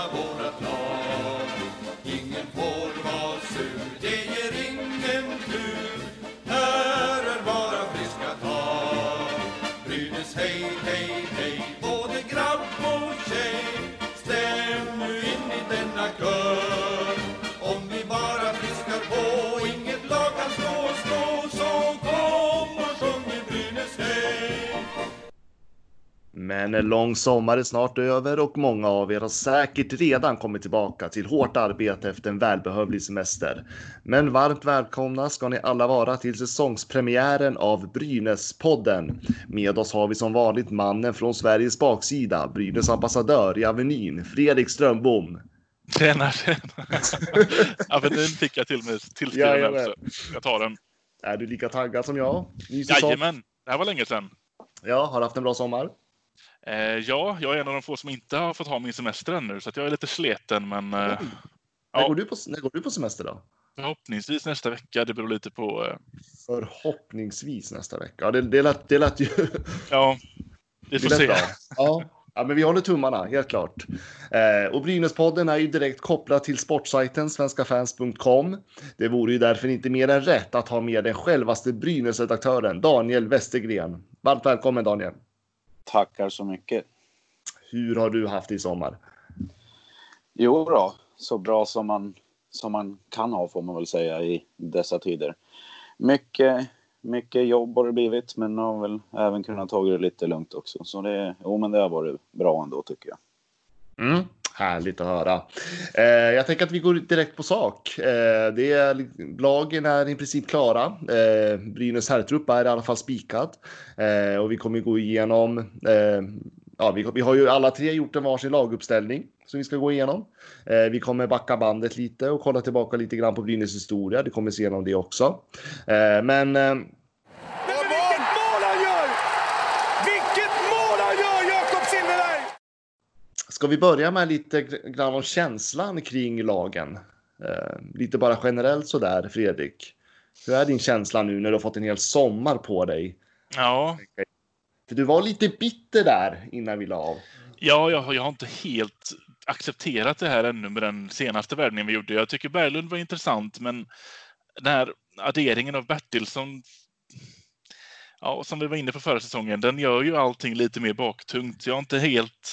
vårat lag. Ingen får vara sur, det ger ingen tur. Här är bara friska tag. Brynäs hej, hej, hej, både grabb och tjej. Stäm nu in i denna kör. Om vi bara friskar på, inget lag kan slå oss då. Så kom och sjung i Brynäs hej. Men en lång sommar är snart över och många av er har säkert redan kommit tillbaka till hårt arbete efter en välbehövlig semester. Men varmt välkomna ska ni alla vara till säsongspremiären av Brynäs-podden. Med oss har vi som vanligt mannen från Sveriges baksida, Brynäs ambassadör i Avenyn, Fredrik Strömbom. Tjena. Avenyn fick jag till mig tillskriven också. Jag tar den. Är du lika taggad som jag? Jajamän, det här var länge sedan. Ja, har haft en bra sommar? Ja, jag är en av de få som inte har fått ha min semester ännu, så att jag är lite sleten, men... När går du på semester då? Förhoppningsvis nästa vecka, det beror lite på... Förhoppningsvis nästa vecka. Ja, det lät ju... Ja, vi får se. Ja, men vi håller tummarna, helt klart. Och Brynäspodden är ju direkt kopplad till sportsajten svenskafans.com. Det vore ju därför inte mer än rätt att ha med den självaste Brynäs-redaktören, Daniel Westergren. Varmt välkommen, Daniel. Tackar så mycket. Hur har du haft det i sommar? Jo då, så bra som man kan ha, får man väl säga, i dessa tider. Mycket jobb har det blivit, men har väl även kunnat ta det lite lugnt också. Så men det har varit bra ändå, tycker jag. Härligt att höra. Jag tänker att vi går direkt på sak. Lagen är i princip klara. Brynäs herrtrupp är i alla fall spikad. Och vi kommer gå igenom... vi har ju alla tre gjort en varsin laguppställning som vi ska gå igenom. Vi kommer backa bandet lite och kolla tillbaka lite grann på Brynäs historia. Det kommer se igenom det också. Men vilket mål han gör! Vilket mål han gör, Jakob Silfverberg! Ska vi börja med lite grann om känslan kring lagen? Lite bara generellt så där, Fredrik. Hur är din känsla nu när du har fått en hel sommar på dig? Ja. För du var lite bitter där innan vi la av. Ja, jag har inte helt accepterat det här ännu med den senaste värvningen vi gjorde. Jag tycker Berglund var intressant, men den här adderingen av Bertilsson, ja, som vi var inne på förra säsongen, den gör ju allting lite mer baktungt. Jag har inte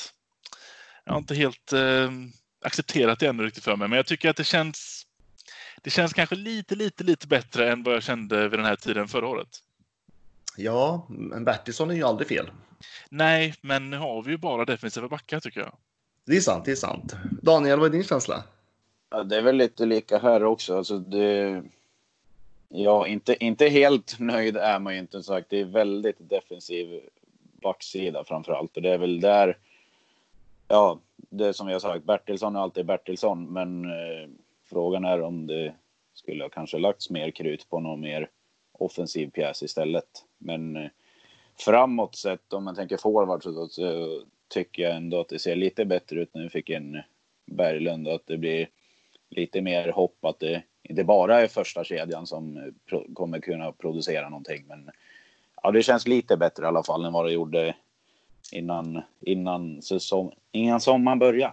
helt accepterat det ännu riktigt för mig, men jag tycker att det känns kanske lite bättre än vad jag kände vid den här tiden förra året. Ja, men Bertilsson är ju aldrig fel. Nej, men nu har vi ju bara defensiva backar, tycker jag. Det är sant. Daniel, vad är din känsla? Ja, det är väl lite lika här också. Alltså inte helt nöjd är man ju inte, sagt. Det är väldigt defensiv backsida framförallt. Och det är väl där, ja, det som vi har sagt, Bertilsson är alltid Bertilsson. Men frågan är om det skulle ha kanske lagts mer krut på någon mer offensiv pjäs istället. Men framåt sett, om man tänker forward, så tycker jag ändå att det ser lite bättre ut när vi fick en Berglund. Att det blir lite mer hopp att det inte bara är första kedjan som kommer kunna producera någonting. Men ja, det känns lite bättre i alla fall än vad det gjorde innan sommaren började.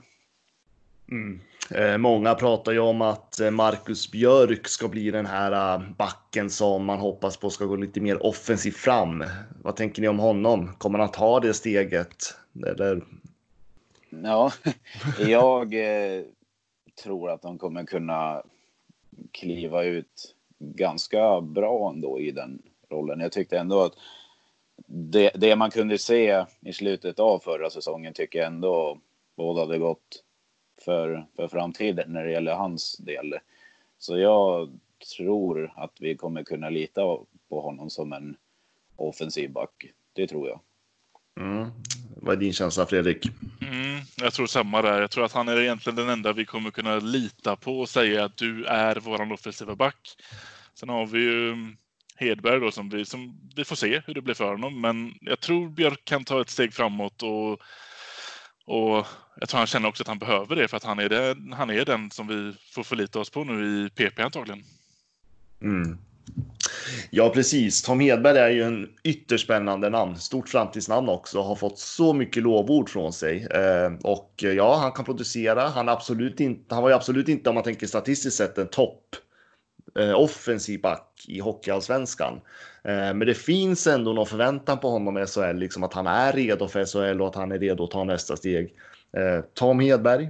Många pratar ju om att Marcus Björk ska bli den här backen som man hoppas på ska gå lite mer offensivt fram. Vad tänker ni om honom? Kommer han ta det steget? Eller? Ja, jag tror att de kommer kunna kliva ut ganska bra ändå i den rollen. Jag tyckte ändå att det man kunde se i slutet av förra säsongen tycker jag ändå både hade gått för framtiden när det gäller hans del. Så jag tror att vi kommer kunna lita på honom som en offensiv back. Det tror jag. Vad är din känsla, Fredrik? Jag tror samma där. Jag tror att han är egentligen den enda vi kommer kunna lita på och säga att du är våran offensiva back. Sen har vi ju Hedberg då som vi får se hur det blir för honom. Men jag tror Björk kan ta ett steg framåt och jag tror han känner också att han behöver det för att han är den som vi får förlita oss på nu i PP antagligen. Ja, precis. Tom Hedberg är ju en ytterst spännande namn. Stort framtidsnamn också. Har fått så mycket lovord från sig. Och ja, han kan producera. Han var ju absolut inte, om man tänker statistiskt sett, en topp offensiv back i hockeyallsvenskan. Men det finns ändå någon förväntan på honom i SHL, liksom att han är redo för SHL och att han är redo att ta nästa steg. Tom Hedberg,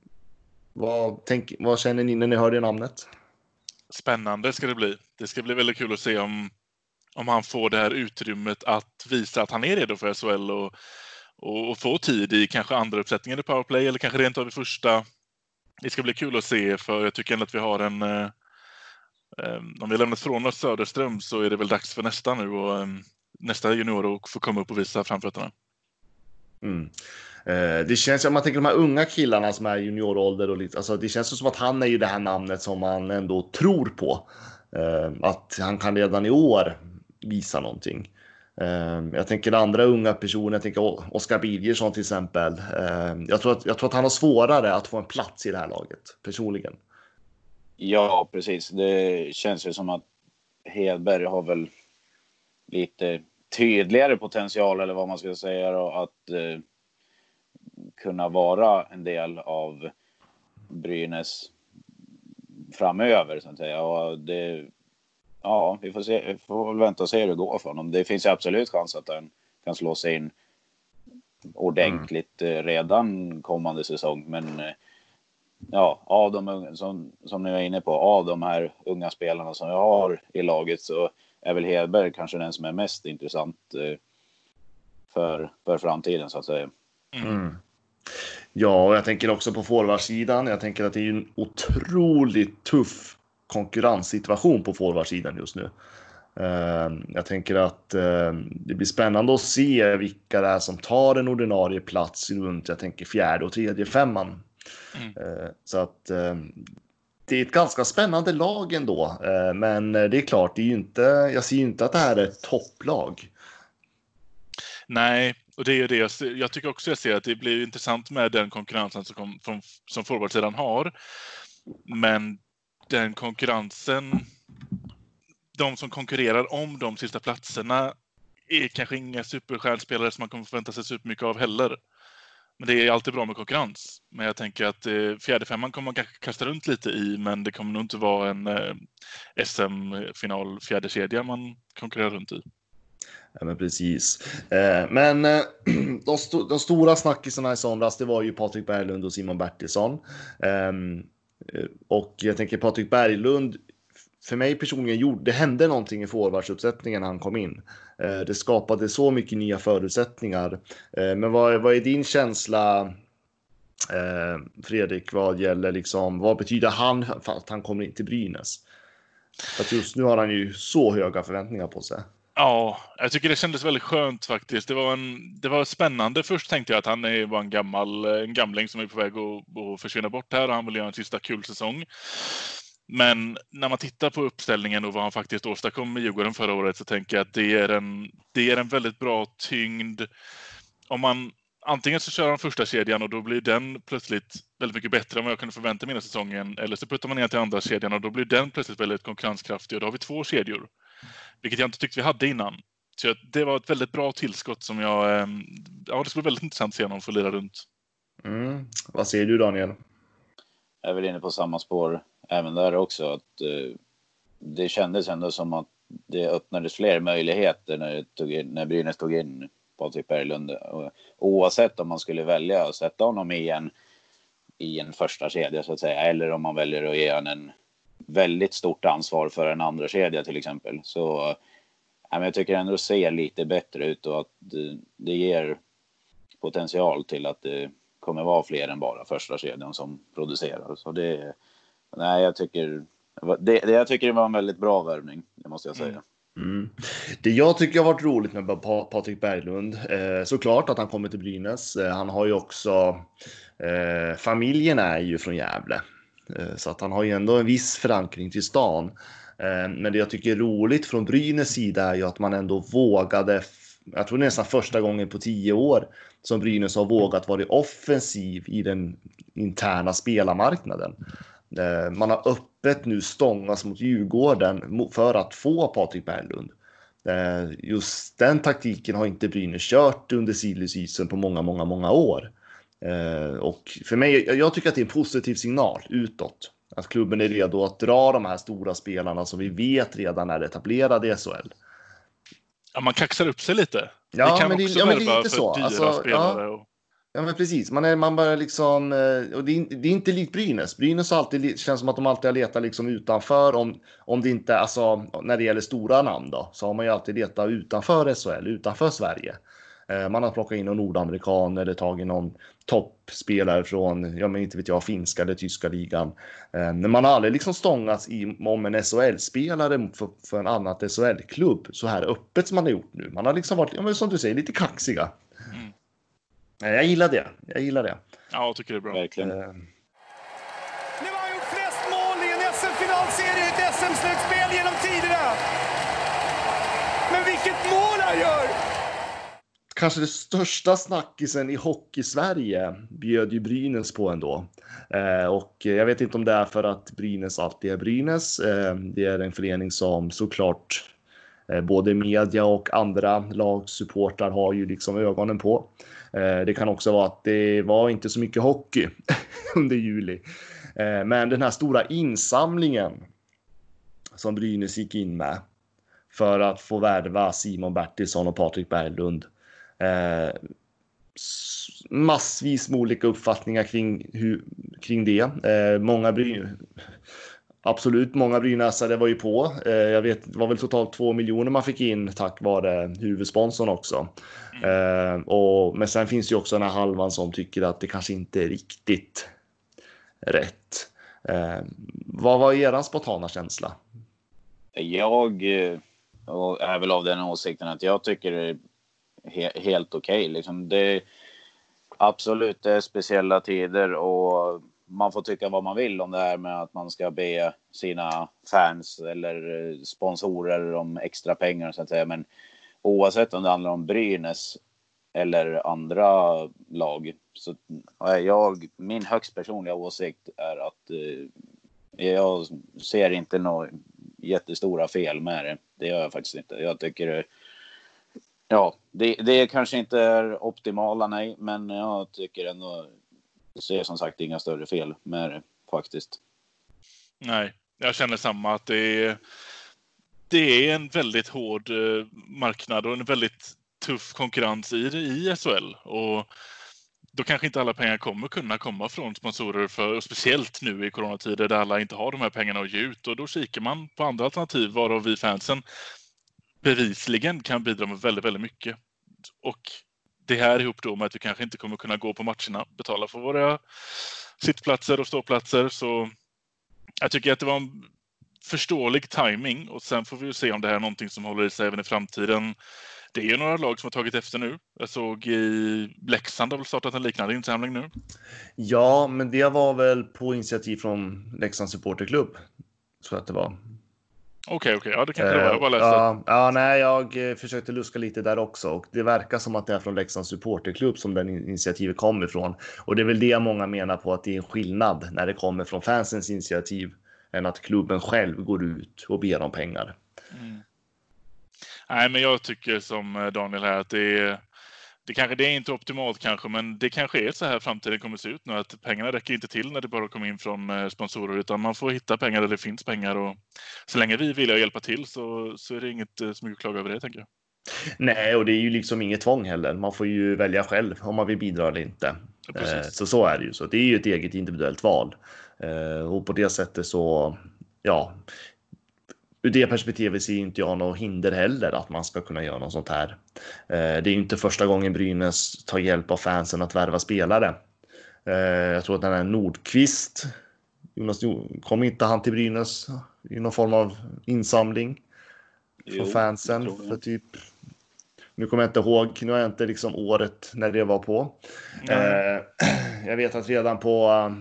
vad känner ni när ni hör det namnet? Spännande ska det bli. Det ska bli väldigt kul att se om han får det här utrymmet att visa att han är redo för SHL och få tid i kanske andra uppsättningen i powerplay eller kanske rent av i första. Det ska bli kul att se, för jag tycker ändå att vi har om vi lämnat från oss Söderström så är det väl dags för nästa nu och nästa junior att få komma upp och visa framfötterna. Det känns, om man tänker de här unga killarna som är juniorålder och lite, alltså det känns som att han är ju det här namnet som man ändå tror på. Att han kan redan i år visa någonting. Jag tänker andra unga personer, jag tänker Oskar Birgersson till exempel. Jag tror att han har svårare att få en plats i det här laget, personligen. Ja, precis. Det känns ju som att Hedberg har väl lite tydligare potential, eller vad man ska säga då, att kunna vara en del av Brynäs framöver, så att säga. Och vi får väl vänta och se hur det går för honom. Det finns ju absolut chans att han kan slå sig in ordentligt redan kommande säsong, men av de unga, som ni var inne på, av de här unga spelarna som jag har i laget, så är väl Hedberg kanske den som är mest intressant för framtiden, så att säga. Ja, och jag tänker också på forwardsidan. Jag tänker att det är en otroligt tuff konkurrenssituation på forwardsidan just nu. Jag tänker att det blir spännande att se vilka det är som tar en ordinarie plats runt, jag tänker 4:e och 3:e femman. Så att det är ett ganska spännande lag ändå. Men det är klart, jag ser ju inte att det här är ett topplag. Nej, och det är det. Jag tycker också jag ser att det blir intressant med den konkurrensen som forwardsidan har. Men den konkurrensen, de som konkurrerar om de sista platserna är kanske inga superstjärnspelare som man kommer förvänta sig supermycket av heller. Men det är alltid bra med konkurrens. Men jag tänker att 4:e femman kommer man kanske kasta runt lite i, men det kommer nog inte vara en SM-final 4:e kedja man konkurrerar runt i. Ja, men precis. Men de stora snackisarna i somras, det var ju Patrik Berglund och Simon Bertilsson. Och jag tänker Patrik Berglund, för mig personligen det hände någonting i forwardsuppsättningen när han kom in. Det skapade så mycket nya förutsättningar. Men vad är din känsla, Fredrik, vad gäller liksom, vad betyder han för att han kommer in till Brynäs? För att just nu har han ju så höga förväntningar på sig. Ja, jag tycker det kändes väldigt skönt faktiskt. Det var spännande. Först tänkte jag att han var en gamling som är på väg att försvinna bort här och han vill göra en sista kul säsong. Men när man tittar på uppställningen och vad han faktiskt åstadkom med Djurgården förra året, så tänker jag att det är en väldigt bra tyngd. Antingen så kör han första kedjan och då blir den plötsligt väldigt mycket bättre än vad jag kunde förvänta mig den säsongen. Eller så puttar man ner till andra kedjan och då blir den plötsligt väldigt konkurrenskraftig. Och då har vi 2 kedjor. Vilket jag inte tyckte vi hade innan. Så det var ett väldigt bra tillskott som det skulle vara väldigt intressant att se honom få lira runt. Vad säger du, Daniel? Jag är väl inne på samma spår även där också. Att det kändes ändå som att det öppnades fler möjligheter när Brynäs tog in Patrik Berglund. Oavsett om man skulle välja att sätta honom i en första kedja, så att säga, eller om man väljer att ge honom en väldigt stort ansvar för en andra kedja till exempel. Så jag tycker ändå det ser lite bättre ut och att det ger potential till att det kommer vara fler än bara första kedjan som producerar. Så jag tycker det var en väldigt bra värvning, det måste jag säga. Det jag tycker har varit roligt med Patrik Berglund, såklart att han kommer till Brynäs. Han har ju också familjen är ju från Gävle. Så att han har ju ändå en viss förankring till stan. Men det jag tycker är roligt från Brynäs sida är ju att man ändå vågade, jag tror nästan första gången på 10 år som Brynäs har vågat vara offensiv i den interna spelarmarknaden. Man har öppet nu stångats mot Djurgården för att få Patrik Berglund. Just den taktiken har inte Brynäs kört under silly season på många år. Och för mig, jag tycker att det är en positiv signal utåt. Att klubben är redo att dra de här stora spelarna som vi vet redan är etablerade i SHL. Ja, man kaxar upp sig lite. Ja, vi kan men också det är värva lite för så. dyra Alltså, spelare. ja. Ja, men precis. Man börjar liksom, och det är inte likt Brynäs. Brynäs har alltid, känns som att de alltid har letat liksom utanför, om det inte, alltså när det gäller stora namn då, så har man ju alltid letat utanför SHL, utanför Sverige. Man har plockat in någon nordamerikan eller tagit någon toppspelare från, ja men inte vet jag, finska eller tyska ligan. Men man har aldrig liksom stångats om en SHL-spelare för en annat SHL-klubb så här öppet som man har gjort nu. Man har liksom varit, ja, men som du säger, lite kaxiga. Mm. Jag gillar det. Ja, jag tycker det är bra. Verkligen. Nu har han gjort flest mål i en SM-finalserie i ett SM-slutspel genom tiderna. Men vilket mål han gör! Kanske det största snackisen i hockey-Sverige bjöd ju Brynäs på ändå. Och jag vet inte om det är för att Brynäs alltid är Brynäs. Det är en förening som såklart både media och andra lagsupportrar har ju liksom ögonen på. Det kan också vara att det var inte så mycket hockey under juli. Men den här stora insamlingen som Brynäs gick in med för att få värva Simon Bertilsson och Patrik Berglund. Massvis med olika uppfattningar kring det. Många brynäsare var ju på. Jag vet, det var väl totalt 2 miljoner man fick in tack vare huvudsponsorn också. Men sen finns ju också den här halvan som tycker att det kanske inte är riktigt rätt. Vad var er spontana känsla? Jag är väl av den åsikten att jag tycker det är helt okej. Liksom det, absolut, det är speciella tider och man får tycka vad man vill om det här med att man ska be sina fans eller sponsorer om extra pengar så att säga. Men oavsett om det handlar om Brynäs eller andra lag så min högst personliga åsikt är att jag ser inte några jättestora fel med det. Det gör jag faktiskt inte. Jag tycker det kanske inte är optimala, nej, men jag tycker ändå ser som sagt inga större fel med det faktiskt. Nej, jag känner samma, att det är en väldigt hård marknad och en väldigt tuff konkurrens i SHL, och då kanske inte alla pengar kommer kunna komma från sponsorer, och speciellt nu i coronatider där alla inte har de här pengarna att ge ut, och då kikar man på andra alternativ varav vi fansen bevisligen kan bidra med väldigt, väldigt mycket. Och det här ihop då med att vi kanske inte kommer kunna gå på matcherna, betala för våra sittplatser och ståplatser, så jag tycker att det var en förståelig timing, och sen får vi ju se om det här är någonting som håller i sig även i framtiden. Det är ju några lag som har tagit efter nu. Jag såg i Leksand har väl startat en liknande insamling nu. Ja, men det var väl på initiativ från Leksands supporterklubb. Så att det var. Okej. Ja, det kanske det var. Jag bara läste. Jag försökte luska lite där också. Och det verkar som att det är från Leksands supporterklubb som den initiativet kommer ifrån. Och det är väl det många menar på, att det är en skillnad när det kommer från fansens initiativ än att klubben själv går ut och ber om pengar. Mm. Nej, men jag tycker som Daniel här att det är inte optimalt kanske, men det kanske är så här framtiden kommer se ut nu, att pengarna räcker inte till när det bara kommer in från sponsorer, utan man får hitta pengar där det finns pengar, och så länge vi vill hjälpa till så är det inget så mycket att klaga över det, tänker jag. Nej, och det är ju liksom inget tvång heller. Man får ju välja själv om man vill bidra eller inte. Så är det ju. Så det är ju ett eget individuellt val. Och på det sättet så, ja, ur det perspektivet ser inte jag något hinder heller att man ska kunna göra något sånt här. Det är ju inte första gången Brynäs tar hjälp av fansen att värva spelare. Jag tror att den här Nordqvist, kom inte han till Brynäs i någon form av insamling från fansen för typ, nu kommer jag inte ihåg, nu har jag inte liksom året när det var på. Jag vet att redan på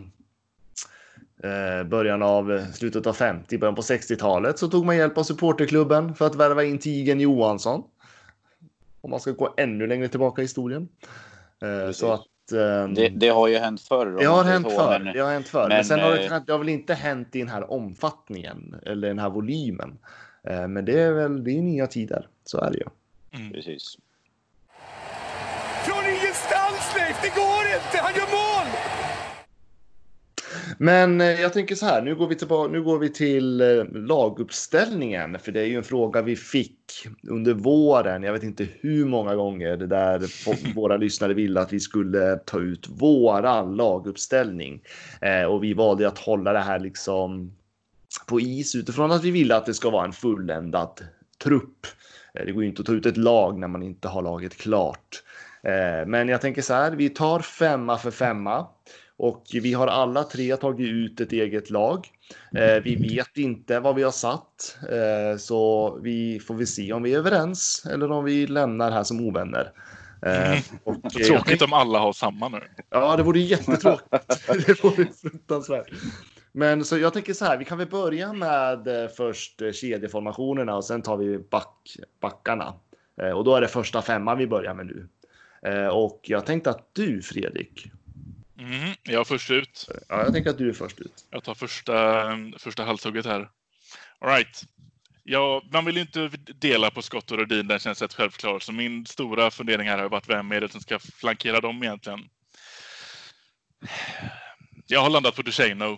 slutet av 50, början på 60-talet så tog man hjälp av supporterklubben för att värva in Tigen Johansson. Om man ska gå ännu längre tillbaka i historien. Så att Det har ju hänt förr. Det har hänt förr. Men sen har det har väl inte hänt i den här omfattningen eller den här volymen. Men det är nya tider. Så är det ju. Precis. Från ingenstans, Leif! Det går inte! Han gör mål! Men jag tänker så här, nu går vi till laguppställningen, för det är ju en fråga vi fick under våren. Jag vet inte hur många gånger det där våra lyssnare ville att vi skulle ta ut våran laguppställning. Och vi valde att hålla det här liksom på is utifrån att vi ville att det ska vara en fulländad trupp. Det går ju inte att ta ut ett lag när man inte har laget klart. Men jag tänker så här, vi tar 5 för 5. Och vi har alla 3 tagit ut ett eget lag. Vi vet inte vad vi har satt. Så vi får se om vi är överens eller om vi lämnar här som ovänner. Tråkigt om alla har samma nu. Ja, det vore jättetråkigt. Det vore fruktansvärt. Men så jag tänker så här, vi kan väl börja med först kedjeformationerna och sen tar vi backarna. Och då är det första 5 vi börjar med nu. Och jag tänkte att du, Fredrik... jag är först ut. Ja, jag tänker att du är först ut. Jag tar första halshugget här. All right. Ja, man vill ju inte dela på Scott och Rödin. Den känns rätt självklar. Så min stora fundering här har varit vem är det som ska flankera dem egentligen. Jag har landat på Duchesneau.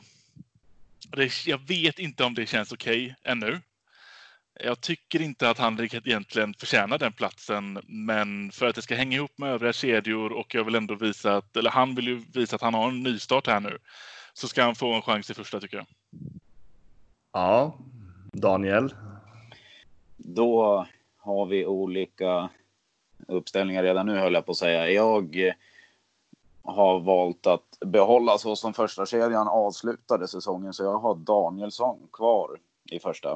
Jag vet inte om det känns okej ännu. Jag tycker inte att han egentligen förtjänar den platsen, men för att det ska hänga ihop med övriga kedjor och jag vill ändå visa att, eller han vill ju visa att han har en nystart här nu, så ska han få en chans i första, tycker jag. Ja, Daniel. Då har vi olika uppställningar redan nu, höll jag på att säga. Jag har valt att behålla så som första kedjan avslutade säsongen, så jag har Danielsson kvar i första.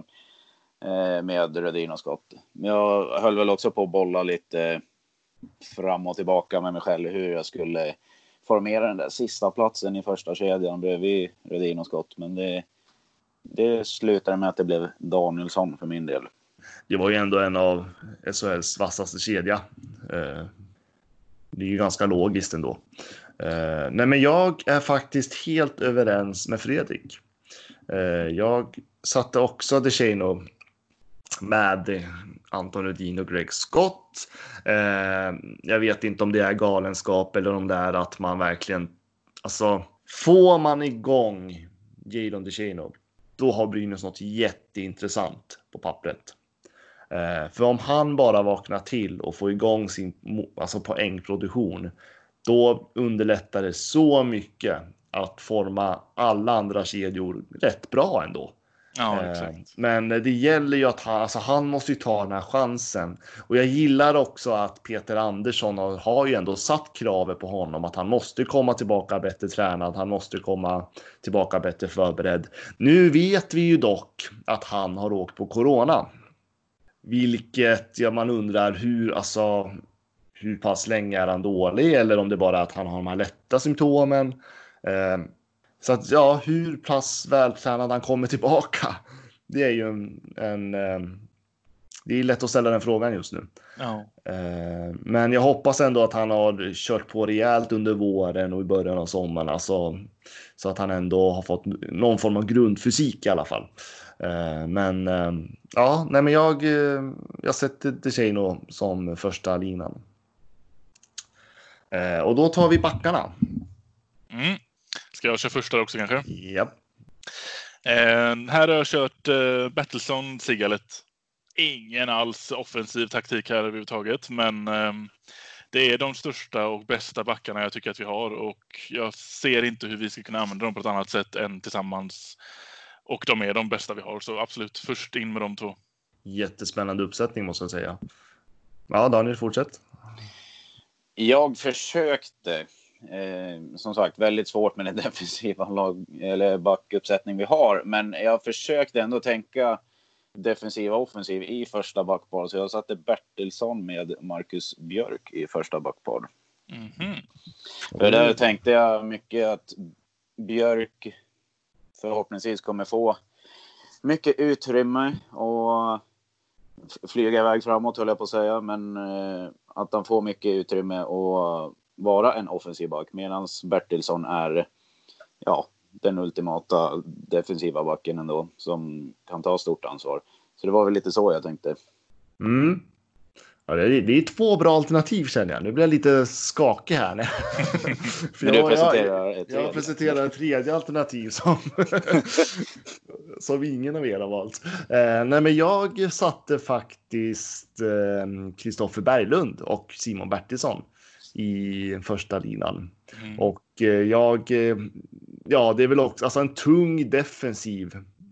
Med Rödin och Scott. Men jag höll väl också på att bolla lite fram och tillbaka med mig själv hur jag skulle formera den där sista platsen i första kedjan bredvid Rödin och Scott. Men det slutade med att det blev Danielsson för min del. Det var ju ändå en av SHLs vassaste kedja. Det är ju ganska logiskt ändå. Nej, men jag är faktiskt helt överens med Fredrik. Jag satte också Duchesneau med Anton Rödin och Greg Scott. Jag vet inte om det är galenskap eller om det är att man verkligen, alltså, får man igång Jadon Duchesneau, då har Brynäs något jätteintressant på pappret. För om han bara vaknar till och får igång sin poängproduktion, då underlättar det så mycket att forma alla andra kedjor rätt bra ändå. Ja, exakt. Men det gäller ju att han måste ju ta den här chansen. Och jag gillar också att Peter Andersson har ju ändå satt kravet på honom att han måste komma tillbaka bättre tränad. Han måste komma tillbaka bättre förberedd. Nu vet vi ju dock att han har åkt på corona. Vilket man undrar hur pass länge är han dålig, eller om det bara är att han har de här lätta symptomen. Så att hur pass vältränad han kommer tillbaka, det är ju det är lätt att ställa den frågan just nu. Ja. Men jag hoppas ändå att han har kört på rejält under våren och i början av sommaren, så att han ändå har fått någon form av grundfysik i alla fall. Men jag sätter Duchesneau som första linan. Och då tar vi backarna. Ska jag köra första också kanske? Ja. Här har jag kört Bertilsson, Sigalet. Ingen alls offensiv taktik här överhuvudtaget, men det är de största och bästa backarna jag tycker att vi har, och jag ser inte hur vi ska kunna använda dem på ett annat sätt än tillsammans. Och de är de bästa vi har, så absolut först in med de 2. Jättespännande uppsättning måste jag säga. Ja, Daniel, fortsätt. Jag försökte, som sagt, väldigt svårt med den defensiva backuppsättning vi har, men jag försökte ändå tänka defensiva offensiv i första backpar, så jag satte Bertilsson med Marcus Björk i första backpar. För där tänkte jag mycket att Björk förhoppningsvis kommer få mycket utrymme och flyga iväg framåt, höll jag på att säga, men att han får mycket utrymme och vara en offensiv back, medan Bertilsson är den ultimata defensiva backen ändå, som kan ta stort ansvar. Så det var väl lite så jag tänkte. Ja, det är 2 bra alternativ, känner jag. Nu blir jag lite skakig här. För jag presenterar ett tredje alternativ som ingen av er har valt. Nej, men jag satte faktiskt Kristoffer Berglund och Simon Bertilsson i första linan. Och det är väl också alltså en tung defensiv.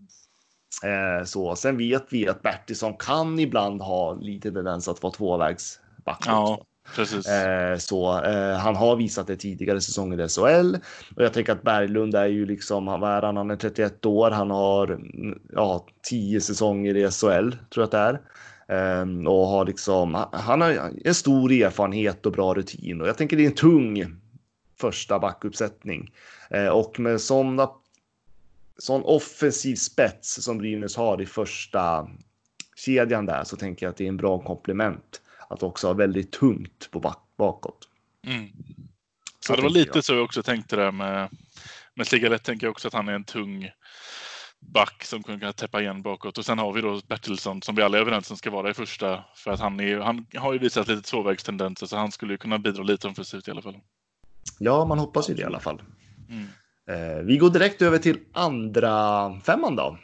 Så sen vet vi att Bertilsson kan ibland ha lite tendens att vara tvåvägsback. Ja, precis. Han har visat det tidigare säsonger i SHL, och jag tänker att Berglund är ju liksom, han är 31 år, han har 10 säsonger i SHL, tror jag att det är. Och har liksom, han har en stor erfarenhet och bra rutin, och jag tänker det är en tung första backuppsättning, och med sån offensiv spets som Brynäs har i första kedjan där, så tänker jag att det är en bra komplement att också ha väldigt tungt på bakåt. Så det var lite så jag också tänkte där med Sigalet. Tänker jag också att han är en tung back som kan täppa igen bakåt. Och sen har vi då Bertilsson som vi alla är överens som ska vara i första, för att han har ju visat lite tvåvägstendenser, så han skulle ju kunna bidra lite offensivt i alla fall. Ja, man hoppas ju det i alla fall. Vi går direkt över till andra femman då.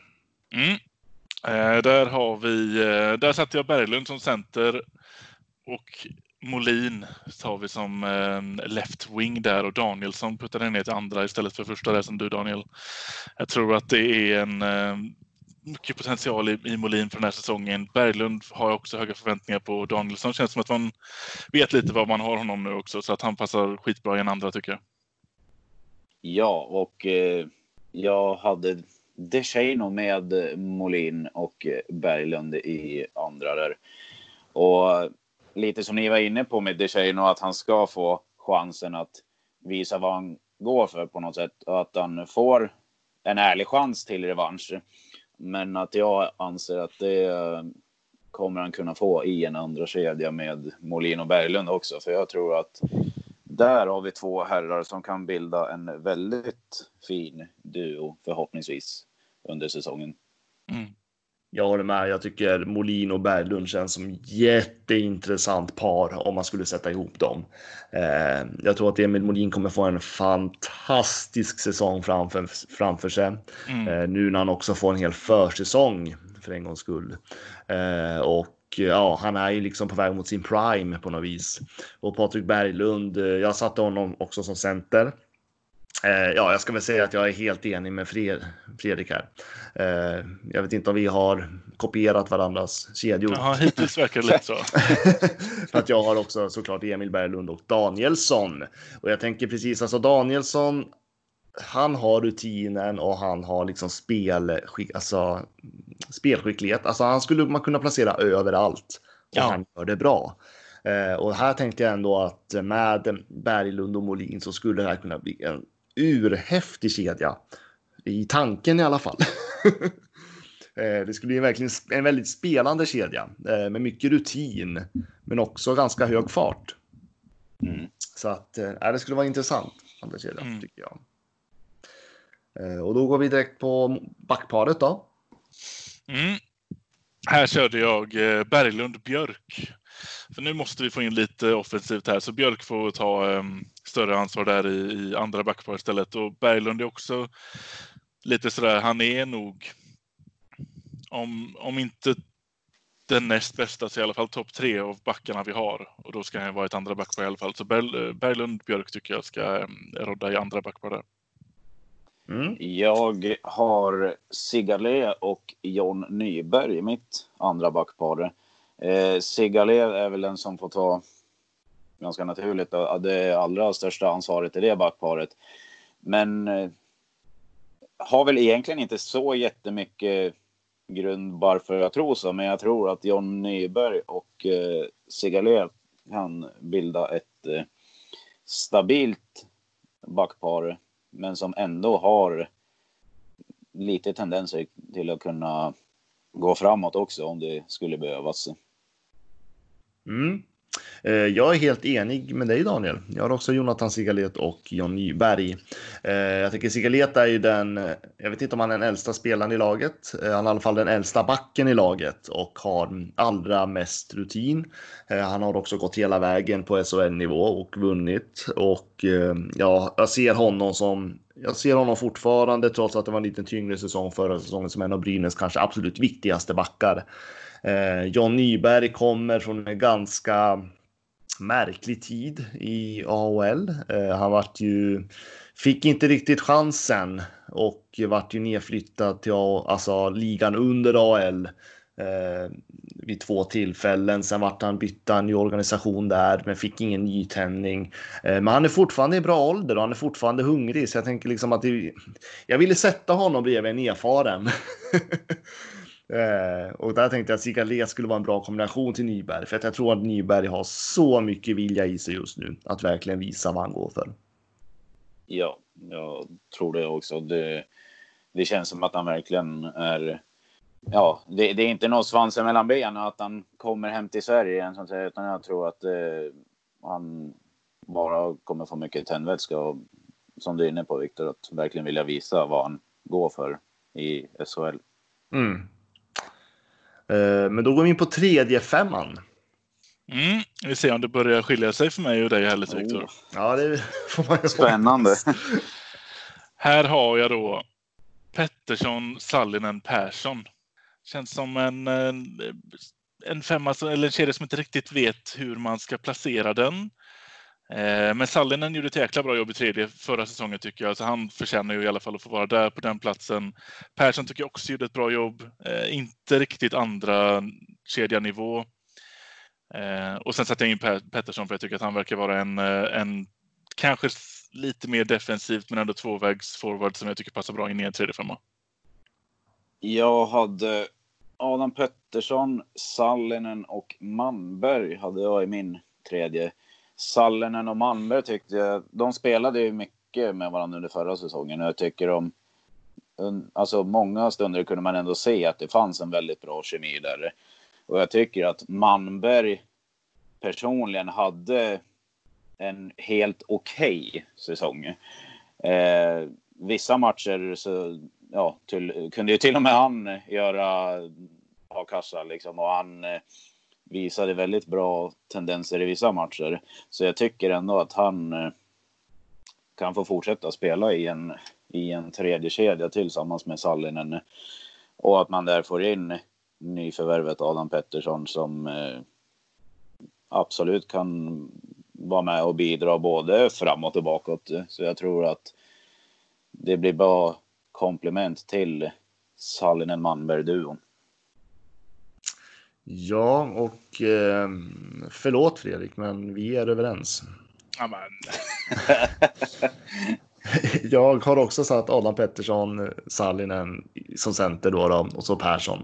Där satte jag Berglund som center och Molin tar vi som left wing där, och Danielsson puttade ner till andra istället för första där som du, Daniel. Jag tror att det är en mycket potential i Molin för den här säsongen. Berglund har också höga förväntningar på. Danielsson känns som att man vet lite vad man har honom nu också, så att han passar skitbra i en andra, tycker jag. Ja, och jag hade DeShano med Molin och Berglund i andra där. Och lite som ni var inne på med DeShano, att han ska få chansen att visa vad han går för på något sätt, och att han får en ärlig chans till revansch. Men att jag anser att det kommer han kunna få i en andra kedja med Molin och Berglund också. För jag tror att där har vi 2 herrar som kan bilda en väldigt fin duo förhoppningsvis under säsongen. Jag håller med. Jag tycker Molin och Berglund känns som jätteintressant par om man skulle sätta ihop dem. Jag tror att Emil Molin kommer få en fantastisk säsong framför sig. Nu när han också får en hel försäsong för en gångs skull. Han är ju liksom på väg mot sin prime på något vis. Och Patrik Berglund, jag satte honom också som center. Jag ska väl säga att jag är helt enig med Fredrik här. Jag vet inte om vi har kopierat varandras kedjor. Ja, hittills verkar det lite så. För att jag har också såklart Emil Berglund och Danielsson. Och jag tänker precis, alltså Danielsson, han har rutinen och han har liksom spelskicklighet. Alltså han skulle man kunna placera överallt. Och han gör det bra. Och här tänkte jag ändå att med Berglund och Molin så skulle det här kunna bli en urhäftig kedja. I tanken i alla fall. Det skulle bli verkligen en väldigt spelande kedja. Med mycket rutin. Men också ganska hög fart. Så att det skulle vara intressant. Andra kedjan, tycker jag. Och då går vi direkt på backparet då. Här körde jag Berglund Björk. För nu måste vi få in lite offensivt här. Så Björk får ta större ansvar där i andra backpar istället. Och Berglund är också lite sådär. Han är nog, om inte den näst bästa, så i alla fall topp 3 av backarna vi har. Och då ska han vara ett andra backpar i alla fall. Så Berglund Björk tycker jag ska rodda i andra backpar där. Jag har Sigalé och John Nyberg i mitt andra backpar. Sigalé är väl den som får ta ganska naturligt det allra största ansvaret i det backparet. Men har väl egentligen inte så jättemycket grund varför jag tror så. Men jag tror att John Nyberg och Sigalé kan bilda ett stabilt backpar. Men som ändå har lite tendenser till att kunna gå framåt också om det skulle behövas. Jag är helt enig med dig, Daniel. Jag har också Jonathan Sigalet och John Nyberg. Jag tycker Sigalet är ju jag vet inte om han är den äldsta spelaren i laget. Han är i alla fall den äldsta backen i laget och har allra mest rutin. Han har också gått hela vägen på SHL-nivå och vunnit. Och ja, jag ser honom fortfarande, trots att det var en liten tyngre säsong förra säsongen, som en av Brynäs kanske absolut viktigaste backar. John Nyberg kommer från en ganska märklig tid i AHL. Han fick inte riktigt chansen och vart ju nedflyttad till ligan under AHL vid 2 tillfällen. Sen vart han bytta en ny organisation där, men fick ingen nytändning. Men han är fortfarande i bra ålder och han är fortfarande hungrig, så jag tänker liksom att jag ville sätta honom bredvid en erfaren. Och där tänkte jag att Sigalet skulle vara en bra kombination till Nyberg, för att jag tror att Nyberg har så mycket vilja i sig just nu att verkligen visa vad han går för. Ja, jag tror det också. Det känns som att han verkligen är... Ja, det är inte någon svansen mellan benen att han kommer hem till Sverige igen, så att säga, utan jag tror att han bara kommer få mycket tändvätska och, som du är inne på, Viktor, att verkligen vilja visa vad han går för i SHL. Men då går vi in på tredje femman. Vi ser om det börjar skilja sig för mig och dig här lite, Viktor. Ja, det får man ju. Spännande. Här har jag då Pettersson, Sallinen, Persson. Känns som en femma, eller en kedja som inte riktigt vet hur man ska placera den. Men Sallinen gjorde ett jäkla bra jobb i tredje förra säsongen, tycker jag. Så han förtjänar ju i alla fall att få vara där på den platsen. Persson tycker jag också gjorde ett bra jobb. Inte riktigt andra kedjanivå. Och sen satte jag in Pettersson, för jag tycker att han verkar vara en kanske lite mer defensivt men ändå tvåvägs forward som jag tycker passar bra in i en tredje femma. Jag hade Adam Pettersson, Sallinen och Manberg hade jag i min tredje. Sallinen och Manberg tyckte jag, de spelade ju mycket med varandra under förra säsongen. Och jag tycker alltså många stunder kunde man ändå se att det fanns en väldigt bra kemi där. Och jag tycker att Manberg personligen hade en helt okej säsong. Vissa matcher så kunde ju till och med han ha kassa liksom, och han visade väldigt bra tendenser i vissa matcher. Så jag tycker ändå att han kan få fortsätta spela i en tredje kedja tillsammans med Sallinen, och att man där får in nyförvärvet Adam Pettersson som absolut kan vara med och bidra både framåt och bakåt. Så jag tror att det blir bra komplement till Sallinen-Manberg-duon. Ja, och förlåt Fredrik, men vi är överens. Amen. Jag har också satt Adam Pettersson, Sallinen som center då, och så Persson.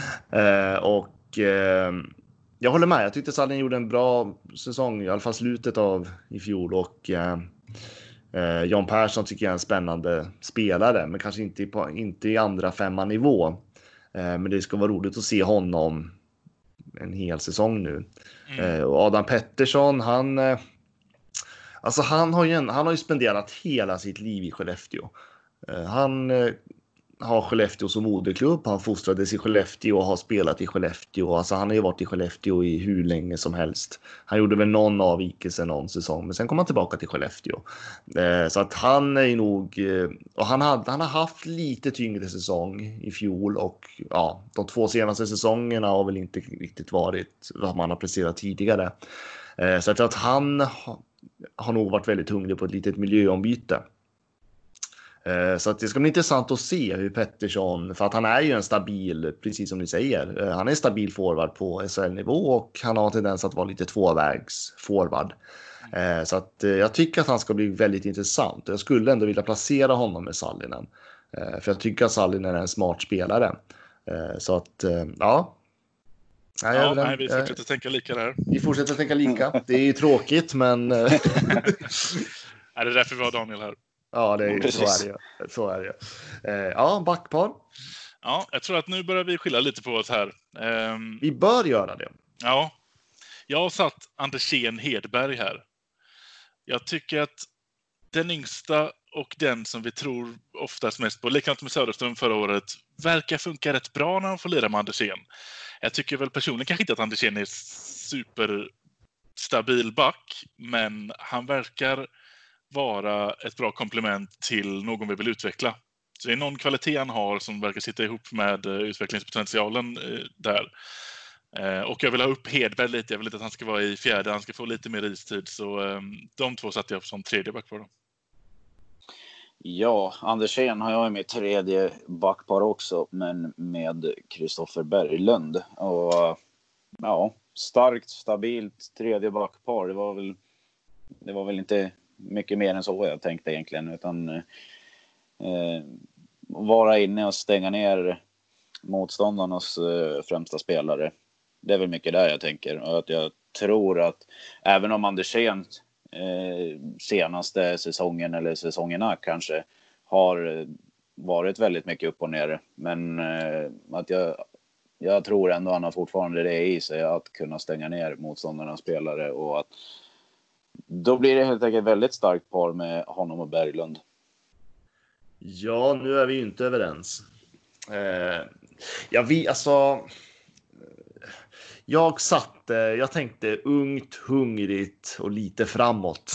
Jag håller med. Jag tyckte Sallinen gjorde en bra säsong, i alla fall slutet av i fjol, och Jan Persson tycker jag är en spännande spelare, men kanske inte i andra femman nivå. Men det ska vara roligt att se honom en hel säsong nu. Och Adam Pettersson, han har ju spenderat hela sitt liv i Skellefteå. Han har Skellefteå som moderklubb. Han fostrades i Skellefteå och har spelat i Skellefteå. Alltså han har ju varit i Skellefteå i hur länge som helst. Han gjorde väl någon avvikelse någon säsong, men sen kom han tillbaka till Skellefteå. Så att han är nog, och han har haft lite tyngre säsong i fjol, och ja, de 2 senaste säsongerna har väl inte riktigt varit vad man har presterat tidigare. Så jag tror att han har nog varit väldigt hungrig på ett litet miljöombyte. Så att det ska bli intressant att se hur Pettersson, för att han är ju en stabil, precis som ni säger, han är en stabil forward på SHL-nivå, och han har tendens att vara lite tvåvägs forward. Så att jag tycker att han ska bli väldigt intressant. Jag skulle ändå vilja placera honom med Sallinen, för jag tycker att Sallinen är en smart spelare. Så att ja. Nej, vi fortsätter tänka lika där. Vi fortsätter tänka lika. Det är ju tråkigt, men är det därför vi har Daniel här? Ja, så är det. Ja, backpar. Ja, jag tror att nu börjar vi skilja lite på oss här. Vi bör göra det. Ja, Jag har satt Andersén Hedberg här. Jag tycker att den yngsta och den som vi tror oftast mest på, likadant med Söderström förra året, verkar funka rätt bra när han får lira med Andersén. Jag tycker väl personligen kanske inte att Andersén är superstabil back, men han verkar vara ett bra komplement till någon vi vill utveckla. Så det är någon kvalitet han har som verkar sitta ihop med utvecklingspotentialen där. Och jag vill ha upp Hedberg lite. Jag vill inte att han ska vara i fjärde. Han ska få lite mer istid. Så de två satte jag som tredje backpar då. Ja, Andersén har jag i mitt tredje backpar också, men med Kristoffer Berglund. Och ja, starkt, stabilt tredje backpar. Det var väl inte mycket mer än så jag tänkte egentligen, utan vara inne och stänga ner motståndarnas främsta spelare. Det är väl mycket där jag tänker. Och att jag tror att även om Andersén senaste säsongen eller säsongerna kanske har varit väldigt mycket upp och ner, men att jag tror ändå han har fortfarande det i sig att kunna stänga ner motståndarnas spelare, och att då blir det helt enkelt väldigt starkt par med honom och Berglund. Ja, nu är vi ju inte överens. Jag tänkte ungt, hungrigt och lite framåt.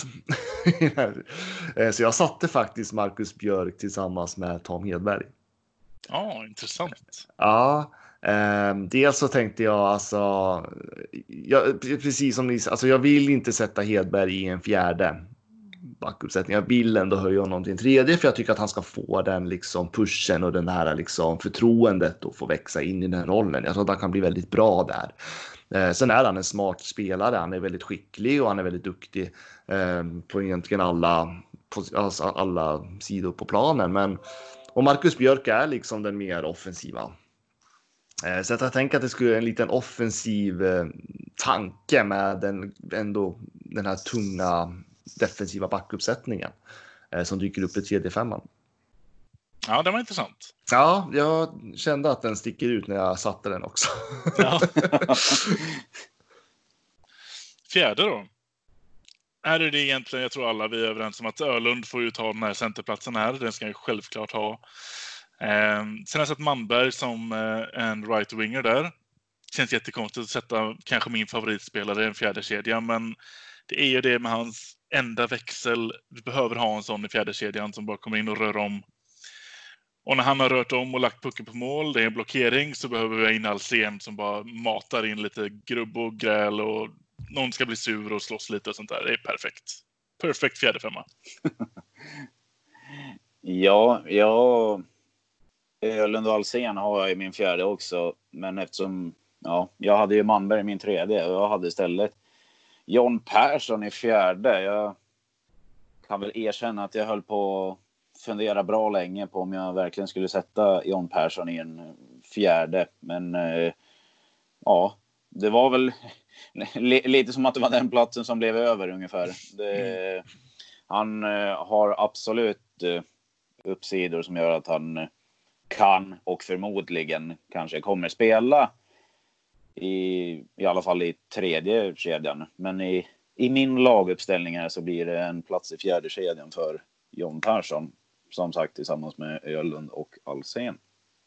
Så jag satte faktiskt Marcus Björk tillsammans med Tom Hedberg. Ja, intressant. Ja, dels så tänkte jag precis som ni, jag vill inte sätta Hedberg i en fjärde backuppsättning. Jag vill ändå höja honom till en tredje, för jag tycker att han ska få den liksom pushen och den här liksom förtroendet och få växa in i den rollen. Jag tror att han kan bli väldigt bra där. Sen är han en smart spelare, han är väldigt skicklig och han är väldigt duktig på egentligen alla sidor på planen. Och Marcus Björk är liksom den mer offensiva. Så att jag tänker att det skulle en liten offensiv tanke med den här tunga defensiva backuppsättningen som dyker upp i 3D5. Ja, det var intressant. Ja, jag kände att den sticker ut när jag satte den också. Ja. Fjärde då. Här är det egentligen, jag tror alla vi är överens om att Öhlund får ju ta den här centerplatsen här. Den ska jag självklart ha. Sen har jag sett Manberg som en right-winger där. Känns jättekonstigt att sätta kanske min favoritspelare i en fjärde kedja, men det är ju det med hans enda växel. Vi behöver ha en sån i fjärde kedjan som bara kommer in och rör om. Och när han har rört om och lagt pucken på mål, det är en blockering, så behöver vi ha in Alsen som bara matar in lite grubb och gräl och någon ska bli sur och slåss lite och sånt där. Det är perfekt. Perfekt fjärde femma. Ja, Öhlund och Alsen har jag i min fjärde också. Men eftersom jag hade ju Manberg i min tredje och jag hade istället John Persson i fjärde. Jag kan väl erkänna att jag höll på att fundera bra länge på om jag verkligen skulle sätta John Persson i en fjärde. Men det var väl lite som att det var den platsen som blev över ungefär. Han har absolut uppsidor som gör att han kan och förmodligen kanske kommer spela i alla fall i tredje kedjan. Men i min laguppställning här så blir det en plats i fjärde kedjan för John Persson, som sagt tillsammans med Öhlund och Alsen.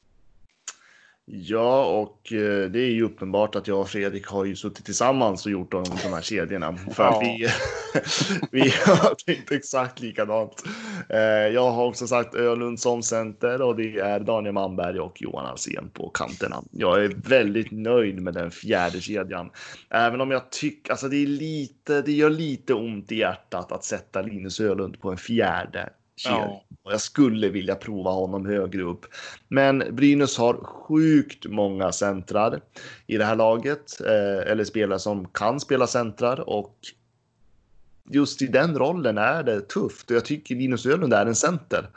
Ja, och det är ju uppenbart att jag och Fredrik har ju suttit tillsammans och gjort de här kedjorna. För att vi har tänkt exakt likadant. Jag har också sagt Öhlund som center och det är Daniel Manberg och Johan Alsen på kanterna. Jag är väldigt nöjd med den fjärde kedjan. Även om jag tycker, alltså det gör lite ont i hjärtat att sätta Linus Öhlund på en fjärde. Ja. Och jag skulle vilja prova honom högre upp. Men Brynäs har sjukt många centrar i det här laget. Eller spelare som kan spela centrar. Och just i den rollen är det tufft. Och jag tycker Linus Öhlund är en center.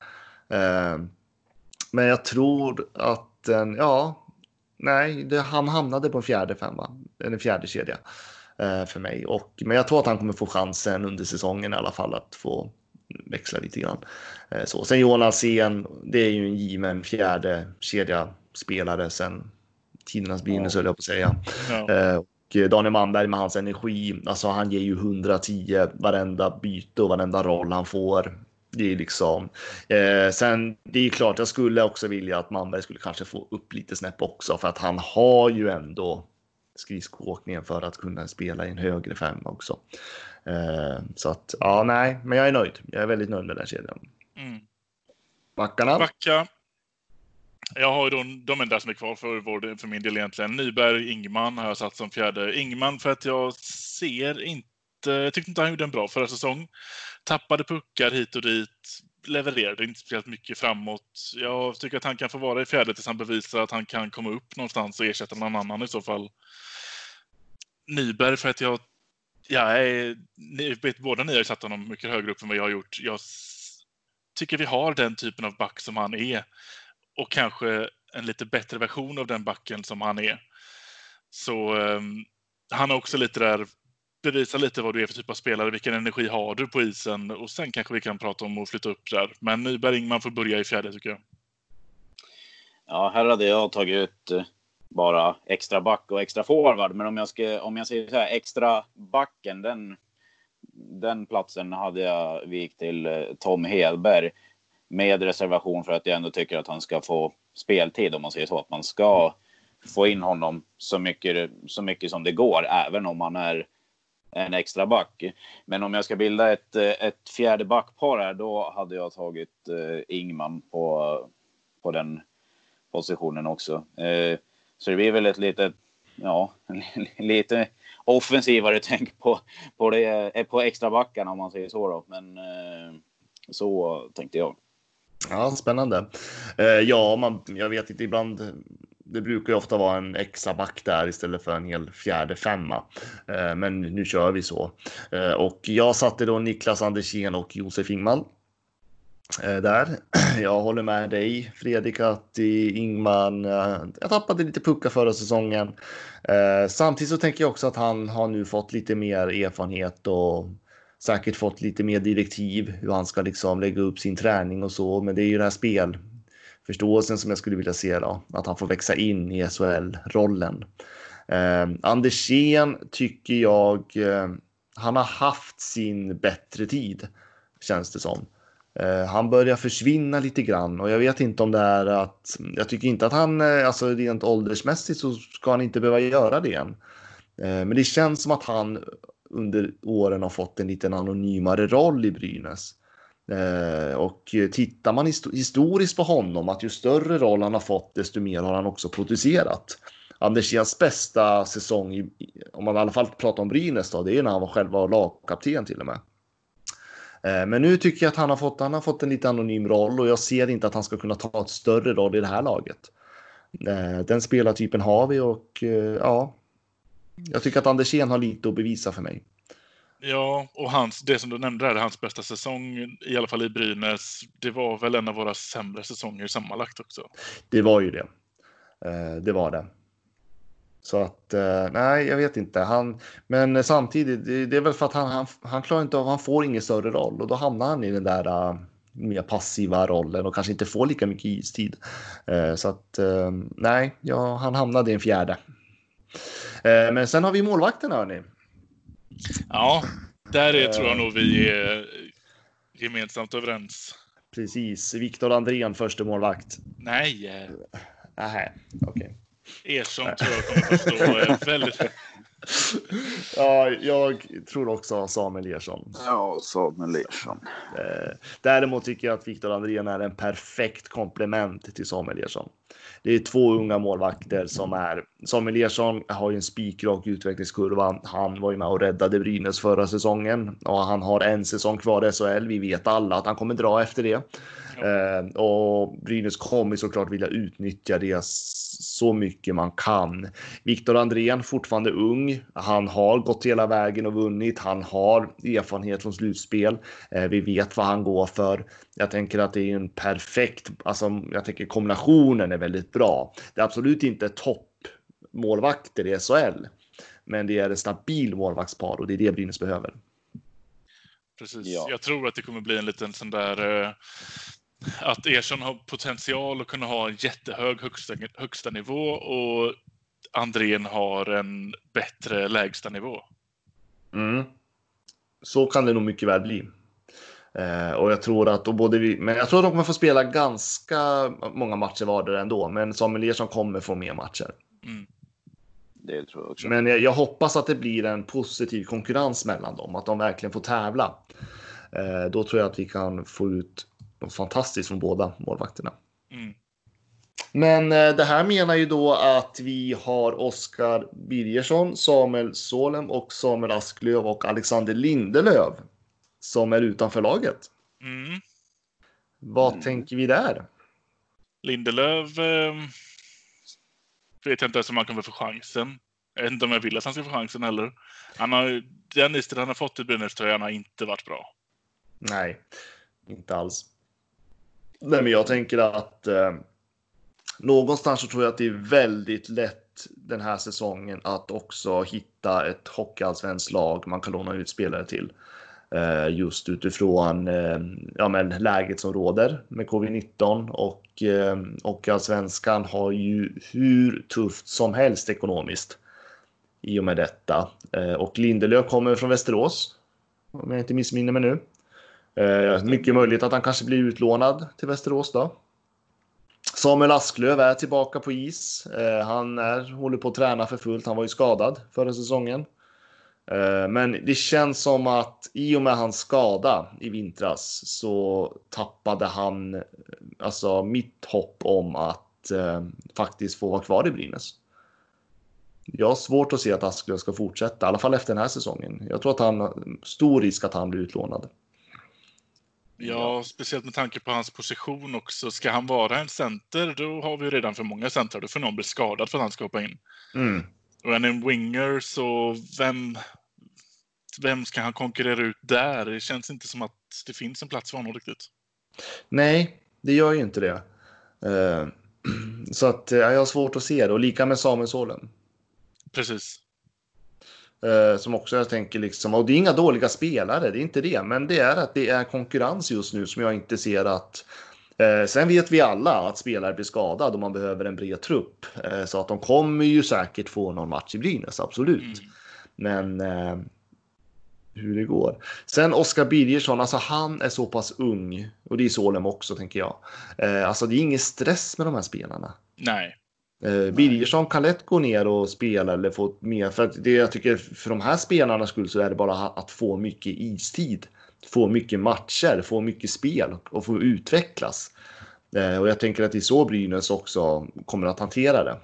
Men jag tror att han hamnade på en fjärde femma. En fjärde kedja för mig. Men jag tror att han kommer få chansen under säsongen i alla fall att få växla lite grann. Sen Johan Alsen, det är ju en given fjärde kedja spelare sen tidernas Brynäs, höll jag på att säga. Ja. Daniel Manberg med hans energi, alltså han ger ju 110 varenda byte och varenda roll han får. Det är liksom. Sen det är klart jag skulle också vilja att Manberg skulle kanske få upp lite snäpp också, för att han har ju ändå skridskoåkningen för att kunna spela i en högre femma också. Så att ja, nej, men jag är nöjd. Jag är väldigt nöjd med den kedjan. Backarna. Backa. Jag har ju de enda som är kvar för min del egentligen. Nyberg, Ingman har jag satt som fjärde. Ingman för att jag tyckte inte han gjorde en bra förra säsong. Tappade puckar hit och dit. Levererade inte speciellt mycket framåt. Jag tycker att han kan få vara i fjärde tills han bevisar att han kan komma upp någonstans och ersätta någon annan i så fall. Nyberg för att båda ni har satt honom mycket högre upp än vad jag har gjort. Jag tycker vi har den typen av back som han är. Och kanske en lite bättre version av den backen som han är. Så han har också lite där, bevisa lite vad du är för typ av spelare, vilken energi har du på isen, och sen kanske vi kan prata om att flytta upp där. Men Nyberg, Ingman får börja i fjärde tycker jag. Ja, här hade jag tagit ut bara extra back och extra forward, men om jag säger så här, extra backen, den platsen hade jag vikt till Tom Hedberg. Med reservation för att jag ändå tycker att han ska få speltid, om man säger så. Att man ska få in honom så mycket som det går, även om man är en extra back. Men om jag ska bilda ett fjärde backpar här, då hade jag tagit Ingman på den positionen också. Så det blir väl ett lite offensivare tänk på extra backarna, om man säger så då. Men så tänkte jag. Ja, spännande. Jag vet inte, ibland det brukar ju ofta vara en extra back där istället för en hel fjärde femma. Men nu kör vi så. Och jag satte då Niklas Andersén och Josef Ingman där. Jag håller med dig, Fredrik, att Ingman, jag tappade lite puckar förra säsongen. Samtidigt så tänker jag också att han har nu fått lite mer erfarenhet och säkert fått lite mer direktiv hur han ska liksom lägga upp sin träning och så. Men det är ju den här spelförståelsen som jag skulle vilja se då. Att han får växa in i SHL-rollen. Andersén tycker jag, han har haft sin bättre tid, känns det som. Han börjar försvinna lite grann, och jag vet inte om det är att jag tycker inte att han, alltså rent åldersmässigt så ska han inte behöva göra det än. Men det känns som att han under åren har fått en lite anonymare roll i Brynäs. Och tittar man historiskt på honom, att ju större roll han har fått, desto mer har han också producerat. Anderséns bästa säsong, om man i alla fall pratar om Brynäs då, det är när han var själva lagkapten till och med. Men nu tycker jag att han har fått en lite anonym roll, och jag ser inte att han ska kunna ta ett större roll i det här laget. Den spelartypen har vi, och ja, jag tycker att Andersén har lite att bevisa för mig. Ja, och det som du nämnde där, hans bästa säsong, i alla fall i Brynäs, det var väl en av våra sämre säsonger sammanlagt också. Det var ju det. Det var det. Så att, nej, jag vet inte. Men samtidigt, det är väl för att han klarar inte av, han får ingen större roll. Och då hamnar han i den där mer passiva rollen och kanske inte får lika mycket istid. Så att, nej, han hamnade i en fjärde. Men sen har vi målvakterna, hörni. Ja, där tror jag nog vi är gemensamt överens. Precis. Viktor Andrén, första målvakt. Nej. Okej. Okay. Ersson tror jag kommer förstå väldigt. Ja, jag tror också Samuel Ersson. Ja, Samuel Ersson. Däremot tycker jag att Viktor Andrén är en perfekt komplement till Samuel Ersson. Det är två unga målvakter som är... Samuel Ersson har ju en spikrak utvecklingskurva. Han var ju med och räddade Brynäs förra säsongen. Och han har en säsong kvar i SHL. Vi vet alla att han kommer dra efter det. Och Brynäs kommer såklart vilja utnyttja det så mycket man kan. Viktor Andrén, fortfarande ung. Han har gått hela vägen och vunnit. Han har erfarenhet från slutspel. Vi vet vad han går för. Jag tänker att det är en perfekt... Alltså, jag tänker kombinationen är väldigt bra. Det är absolut inte toppmålvakter i SHL. Men det är ett stabil målvaktspar, och det är det Brynäs behöver. Precis. Ja. Jag tror att det kommer bli en liten sån där... Att Ersson har potential att kunna ha en jättehög högsta nivå, och Andrén har en bättre lägstanivå. Så kan det nog mycket väl bli. Och jag tror att men jag tror att de kommer få spela ganska många matcher vardera ändå. Men Samuel Ersson kommer få mer matcher. Det tror jag också. Men jag hoppas att det blir en positiv konkurrens mellan dem. Att de verkligen får tävla. Då tror jag att vi kan få ut något fantastiskt från båda målvakterna. Men det här menar ju då att vi har Oskar Birgersson, Samuel Solem och Samuel Asklöv och Alexander Lindelöf som är utanför laget. Vad tänker vi där? Lindelöf vet jag inte ens om han kommer få chansen. Jag vet inte om jag vill att han ska få chansen heller. Den listan han har fått i Brynäs-tröjan har inte varit bra. Nej, inte alls. Nej, men jag tänker att någonstans så tror jag att det är väldigt lätt den här säsongen att också hitta ett hockeyallsvenskt lag man kan låna ut spelare till. Just utifrån läget som råder med covid-19 och allsvenskan har ju hur tufft som helst ekonomiskt i och med detta. Och Lindelöf kommer från Västerås, om jag inte missminner mig nu. Mycket möjligt att han kanske blir utlånad till Västerås då. Samuel Asklöv är tillbaka på is. Han håller på att träna för fullt. Han var ju skadad förra säsongen. Men det känns som att i och med hans skada i vintras så tappade han mitt hopp om att faktiskt få vara kvar i Brynäs. Jag har svårt att se att Asklöv ska fortsätta, i alla fall efter den här säsongen. Jag tror att han har stor risk att han blir utlånad. Ja, speciellt med tanke på hans position också. Ska han vara en center, då har vi redan för många centrar. Då får någon bli skadad för att han ska hoppa in. Och en winger, så vem ska han konkurrera ut där? Det känns inte som att det finns en plats för honom riktigt. Nej, det gör ju inte det. Så att jag har svårt att se det. Och lika med Samuel Solem. Precis. Som också jag tänker liksom, och det är inga dåliga spelare, det är inte det, men det är att det är konkurrens just nu som jag inte ser att sen vet vi alla att spelare blir skadade och man behöver en bred trupp, så att de kommer ju säkert få någon match i Brynäs, absolut. Men hur det går. Sen Oskar Birgersson, alltså han är så pass ung, och det är Solem också tänker jag. Alltså det är ingen stress med de här spelarna. Nej. Birgersson kan lätt gå ner och spela eller få mer, för att det jag tycker för de här spelarna skull så är det bara att få mycket istid, få mycket matcher, få mycket spel och få utvecklas. Och jag tänker att det är så Brynäs också kommer att hantera det.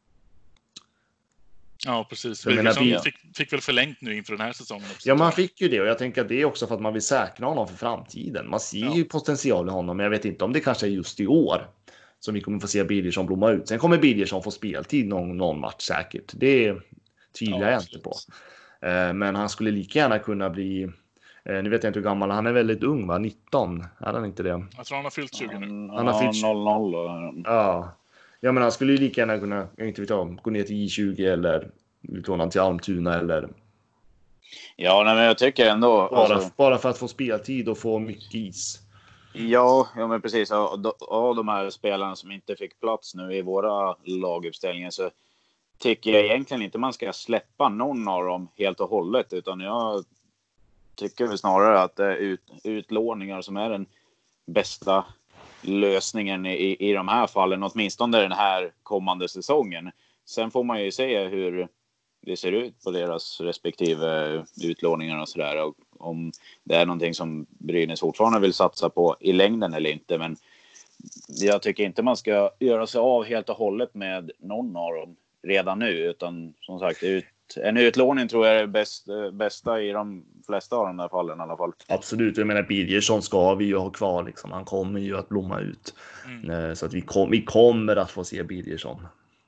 Ja, precis. Birgersson fick väl förlängt nu inför den här säsongen också. Ja, man fick ju det, och jag tänker att det är också för att man vill säkra honom för framtiden. Man ser ju potential i honom, men jag vet inte om det kanske är just i år som vi kommer få se Birgersson blomma ut. Sen kommer Birgersson få speltid någon match säkert. Det tvivlar jag inte på. Men han skulle lika gärna kunna bli, nu vet jag inte hur gammal, han är väldigt ung va? 19, är han inte det? Jag tror han har fyllt 20 nu. Han har fyllt 00. Ja, men han skulle ju lika gärna kunna, jag inte vet om, gå ner till J20 eller utlåna till Almtuna eller... Ja, nej, men jag tycker ändå... Bara för att få speltid och få mycket is. Ja, men precis. Av de här spelarna som inte fick plats nu i våra laguppställningar så tycker jag egentligen inte man ska släppa någon av dem helt och hållet, utan jag tycker väl snarare att det är utlåningar som är den bästa lösningen i de här fallen, åtminstone den här kommande säsongen. Sen får man ju se hur det ser ut på deras respektive utlåningar och sådär, och om det är någonting som Brynäs fortfarande vill satsa på i längden eller inte. Men jag tycker inte man ska göra sig av helt och hållet med någon av dem redan nu, utan som sagt en utlåning tror jag är det bästa i de flesta av de där fallen i alla fall. Absolut, jag menar Birgersson ska vi ju ha kvar liksom. Han kommer ju att blomma ut. Så att vi kommer att få se Birgersson.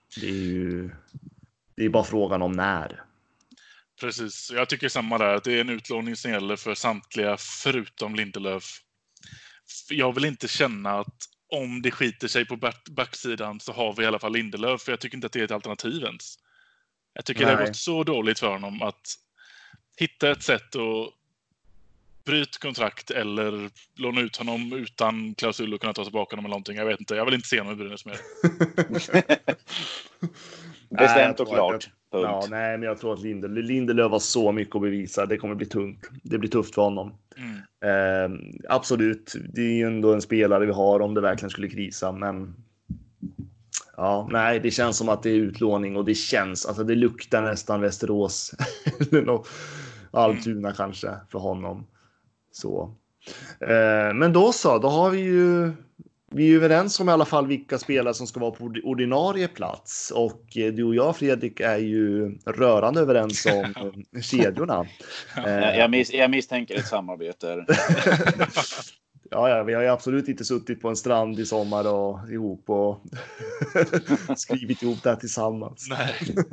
Det är bara frågan om när. Precis, jag tycker samma där. Det är en utlåning som gäller för samtliga förutom Lindelöf. Jag vill inte känna att om det skiter sig på backsidan så har vi i alla fall Lindelöf. För jag tycker inte att det är ett alternativ ens. Jag tycker det har gått så dåligt för honom att hitta ett sätt att bryta kontrakt eller låna ut honom utan klausul och kunna ta tillbaka honom eller någonting. Jag vet inte, jag vill inte se honom i Brynäs mer. Bestämt och klart. Ja, nej, men jag tror att Lindelöf har så mycket att bevisa. Det kommer bli tungt. Det blir tufft för honom. Absolut, det är ju ändå en spelare vi har om det verkligen skulle krisa, men ja, nej, det känns som att det är utlåning och det känns, alltså det luktar nästan Västerås eller Almtuna kanske för honom. Så. Men då har vi är överens om i alla fall vilka spelare som ska vara på ordinarie plats, och du och jag, Fredrik, är ju rörande överens om kedjorna. Jag misstänker ett samarbete. Ja, vi har ju absolut inte suttit på en strand i sommar och ihop och skrivit ihop det här tillsammans. Nej.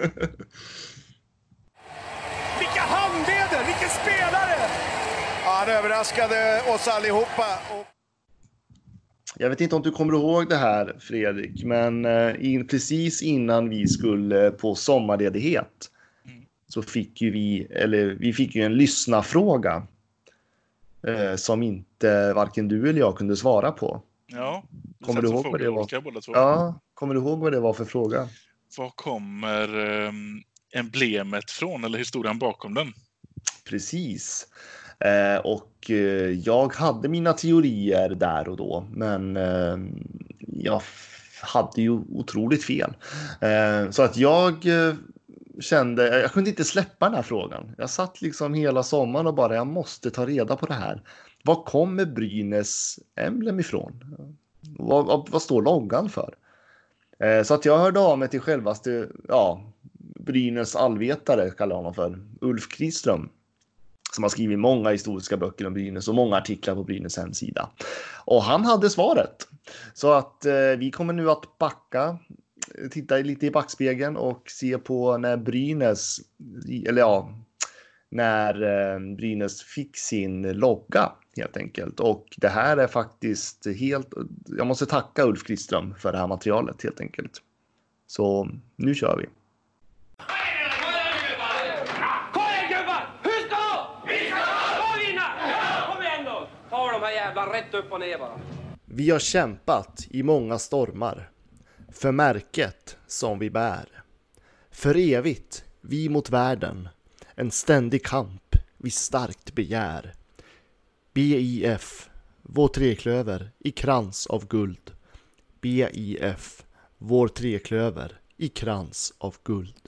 Vilka handleder, vilken spelare! Ja, han överraskade oss allihopa. Jag vet inte om du kommer ihåg det här, Fredrik, men precis innan vi skulle på sommarledighet så fick ju vi fick ju en lyssnarfråga som inte varken du eller jag kunde svara på. Ja. Kommer du ihåg vad det var? Ja, kommer du ihåg vad det var för fråga? Var kommer emblemet från, eller historien bakom den? Precis. Och jag hade mina teorier där och då, men jag hade ju otroligt fel. Så att jag kände, jag kunde inte släppa den här frågan. Jag satt liksom hela sommaren och bara, jag måste ta reda på det här. Vad kommer Brynäs emblem ifrån? Vad står loggan för? Så att jag hörde av mig till självaste, Brynäs allvetare kallar honom för, Ulf Kriström, som har skrivit många historiska böcker om Brynäs och många artiklar på Brynäs hemsida. Och han hade svaret. Så att vi kommer nu att backa, titta lite i backspegeln och se på när Brynäs fick sin logga helt enkelt. Och det här är faktiskt jag måste tacka Ulf Kriström för det här materialet helt enkelt. Så nu kör vi. Rätt upp och ner bara. Vi har kämpat i många stormar för märket som vi bär. För evigt, vi mot världen, en ständig kamp vi starkt begär. BIF, vår treklöver i krans av guld. BIF, vår treklöver i krans av guld.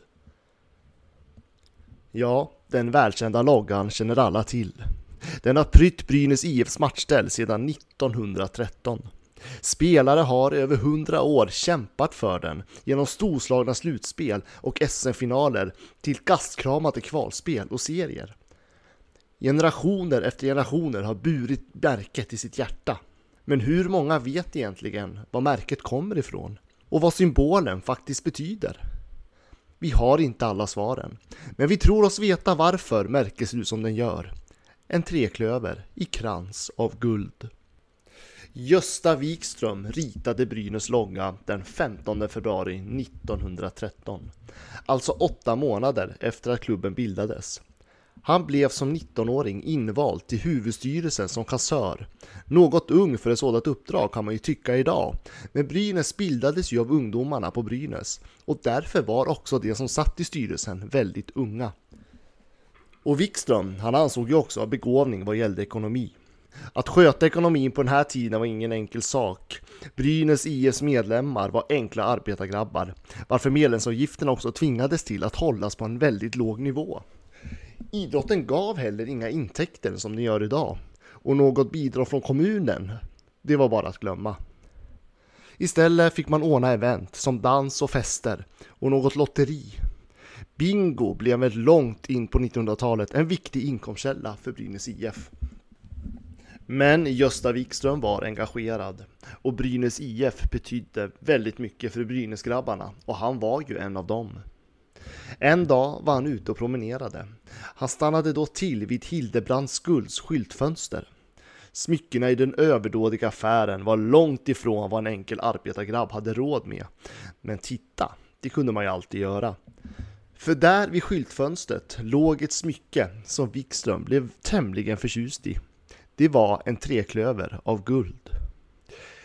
Ja, den välkända loggan känner alla till. Den har prytt Brynäs IFs matchställ sedan 1913. Spelare har över 100 år kämpat för den genom storslagna slutspel och SM-finaler till gastkramade kvalspel och serier. Generationer efter generationer har burit märket i sitt hjärta. Men hur många vet egentligen var märket kommer ifrån och vad symbolen faktiskt betyder? Vi har inte alla svaren, men vi tror oss veta varför märket ser ut som den gör. En treklöver i krans av guld. Gösta Wikström ritade Brynäs logga den 15 februari 1913. Alltså 8 månader efter att klubben bildades. Han blev som 19-åring invald till huvudstyrelsen som kassör. Något ung för ett sådant uppdrag kan man ju tycka idag. Men Brynäs bildades ju av ungdomarna på Brynäs. Och därför var också de som satt i styrelsen väldigt unga. Och Wikström, han ansåg ju också av begåvning vad gällde ekonomi. Att sköta ekonomin på den här tiden var ingen enkel sak. Brynäs IFs medlemmar var enkla arbetargrabbar, varför medlemsavgifterna också tvingades till att hållas på en väldigt låg nivå. Idrotten gav heller inga intäkter som den gör idag, och något bidrag från kommunen, det var bara att glömma. Istället fick man ordna event som dans och fester och något lotteri. Bingo blev väl långt in på 1900-talet en viktig inkomstkälla för Brynäs IF. Men Gösta Wikström var engagerad och Brynäs IF betydde väldigt mycket för Brynäsgrabbarna, och han var ju en av dem. En dag var han ute och promenerade. Han stannade då till vid Hildebrands Skulds skyltfönster. Smyckena i den överdådiga affären var långt ifrån vad en enkel arbetargrabb hade råd med. Men titta, det kunde man ju alltid göra. För där vid skyltfönstret låg ett smycke som Wikström blev tämligen förtjust i. Det var en treklöver av guld.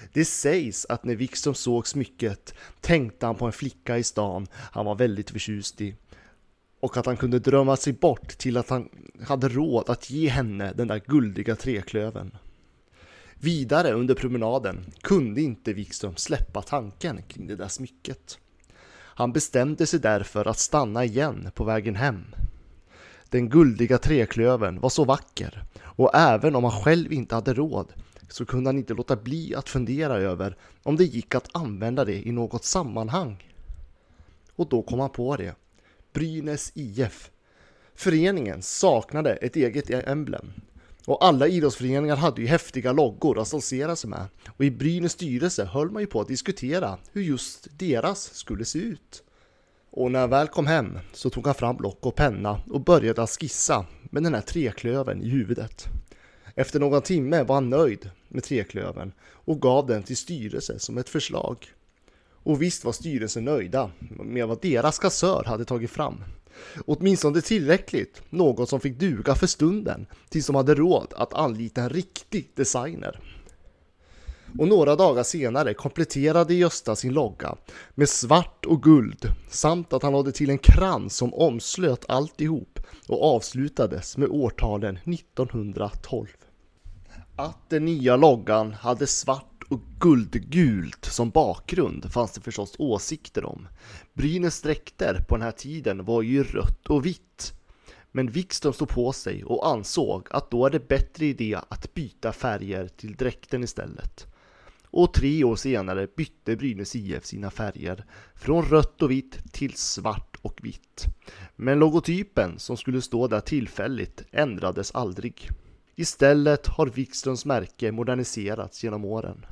Det sägs att när Wikström såg smycket tänkte han på en flicka i stan han var väldigt förtjust i. Och att han kunde drömma sig bort till att han hade råd att ge henne den där guldiga träklöven. Vidare under promenaden kunde inte Wikström släppa tanken kring det där smycket. Han bestämde sig därför att stanna igen på vägen hem. Den guldiga träklöven var så vacker, och även om han själv inte hade råd så kunde han inte låta bli att fundera över om det gick att använda det i något sammanhang. Och då kom han på det. Brynäs IF. Föreningen saknade ett eget emblem. Och alla idrottsföreningar hade ju häftiga loggor att stoltsera sig med. Och i Brynäs styrelse höll man ju på att diskutera hur just deras skulle se ut. Och när han väl kom hem så tog han fram block och penna och började att skissa med den här träklöven i huvudet. Efter någon timme var han nöjd med träklöven och gav den till styrelse som ett förslag. Och visst var styrelsen nöjda med vad deras kassör hade tagit fram. Åtminstone tillräckligt, något som fick duga för stunden tills de hade råd att anlita en riktig designer. Och några dagar senare kompletterade Gösta sin logga med svart och guld samt att han lade till en krans som omslöt alltihop och avslutades med årtalen 1912. Att den nya loggan hade svart och guldgult som bakgrund fanns det förstås åsikter om. Brynäs dräkter på den här tiden var ju rött och vitt. Men Wikström stod på sig och ansåg att då är det bättre idé att byta färger till dräkten istället. Och 3 år senare bytte Brynäs IF sina färger från rött och vitt till svart och vitt. Men logotypen som skulle stå där tillfälligt ändrades aldrig. Istället har Wikströms märke moderniserats genom åren.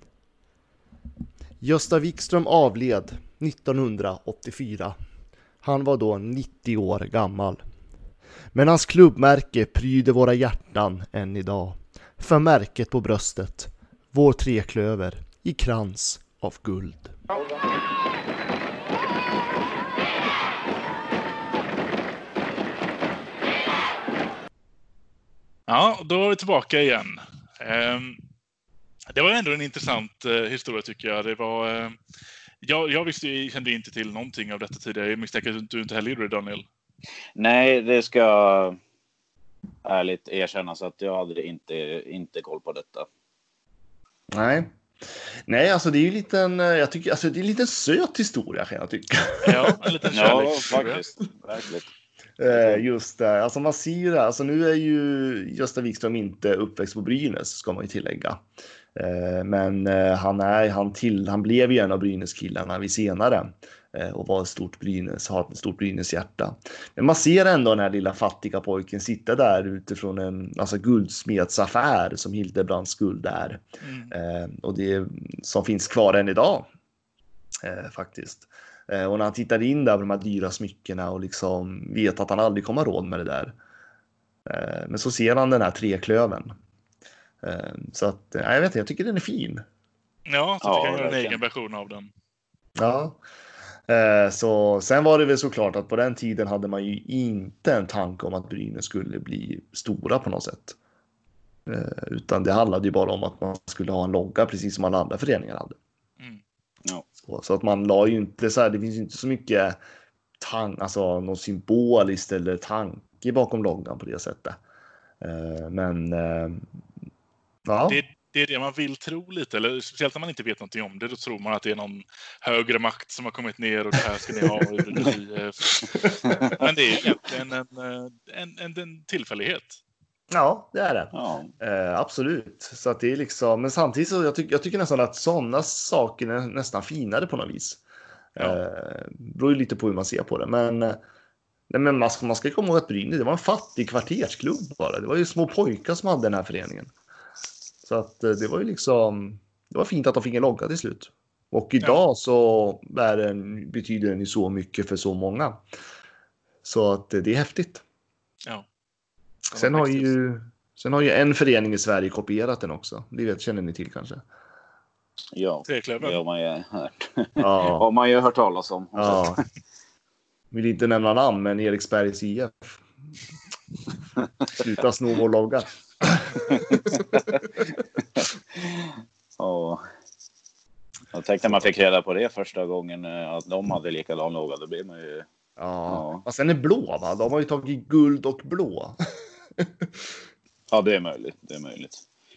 Gösta Wikström avled 1984. Han var då 90 år gammal. Men hans klubbmärke pryder våra hjärtan än idag. För märket på bröstet, vår träklöver i krans av guld. Ja, då var vi tillbaka igen. Det var ändå en intressant historia tycker jag. Det var, jag kände inte till någonting av detta tidigare. Jag misstänker att du inte heller gjorde det, Daniel. Nej, det ska jag ärligt erkänna, så att jag hade inte koll på detta. Nej, alltså det är ju jag tycker, alltså det är en liten söt historia kan jag tycka. Ja, en liten kärlekshistoria. Ja, faktiskt. Verkligen. Just det, alltså man ser ju det, alltså nu är ju Gösta Wikström inte uppväxt på Brynäs ska man ju tillägga. Men han blev ju en av Brynäs-killarna vid senare och var har ett stort Brynäs hjärta. Men man ser ändå den här lilla fattiga pojken sitta där utifrån en guldsmedsaffär som Hildebrands guld är. Och det som finns kvar än idag faktiskt. Och när han tittar in där på de här dyra smyckena och liksom vet att han aldrig kommer råd med det där. Men så ser han den här träklöven. Så att, jag tycker den är fin. Ja, så fick han göra en egen version av den. Ja. Så sen var det väl såklart att på den tiden hade man ju inte en tanke om att Brynäs skulle bli stora på något sätt. Utan det handlade ju bara om att man skulle ha en logga precis som alla andra föreningar hade. Ja. Så att man la ju inte så här, det finns ju inte så mycket någon symboliskt eller tanke bakom loggan på det sättet. Ja. Det är det man vill tro lite, eller speciellt när man inte vet någonting om det, då tror man att det är någon högre makt som har kommit ner och det här ska ni ha. Men det är egentligen en tillfällighet. Ja, det är det. Ja. Absolut. Så att det är liksom, men samtidigt så jag tycker nästan att sådana saker är nästan finare på något vis. Beror ju lite på hur man ser på det. Men man ska komma ihåg att Brynäs, det var en fattig kvartersklubb bara. Det var ju små pojkar som hade den här föreningen. Så att det var ju liksom, det var fint att de fick en logga till slut. Och idag så betyder den ju så mycket för så många. Så att det är häftigt. Ja. Sen har ju en förening i Sverige kopierat den också. Det känner ni till kanske? Ja, det har man ju hört. Ja. Har man ju hört talas om. Ja. Vill inte nämna namn, men Eriksbergs IF. Sluta sno vår logga. Jag tänkte man fick reda på det första gången att de hade likadan låga. Då blir man ju... Ja. Och sen är blå, va? De har ju tagit guld och blå. Ja, det är möjligt. Det är möjligt.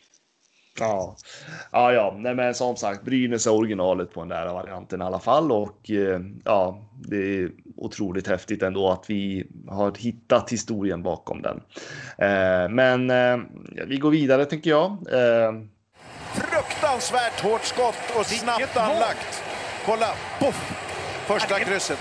Ja. Nej, men som sagt, Brynäs är originalet på den där varianten i alla fall. Och ja, det är otroligt häftigt ändå att vi har hittat historien bakom den. Men vi går vidare, tänker jag. Fruktansvärt hårt skott och snabbt anlagt. Kolla, poff! Första krysset.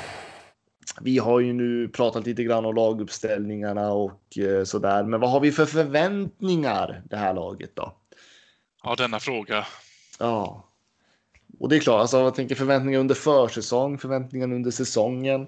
Vi har ju nu pratat lite grann om laguppställningarna och sådär. Men vad har vi för förväntningar det här laget då? Ja, denna fråga. Ja. Och det är klart, alltså jag tänker förväntningar under försäsong, förväntningar under säsongen.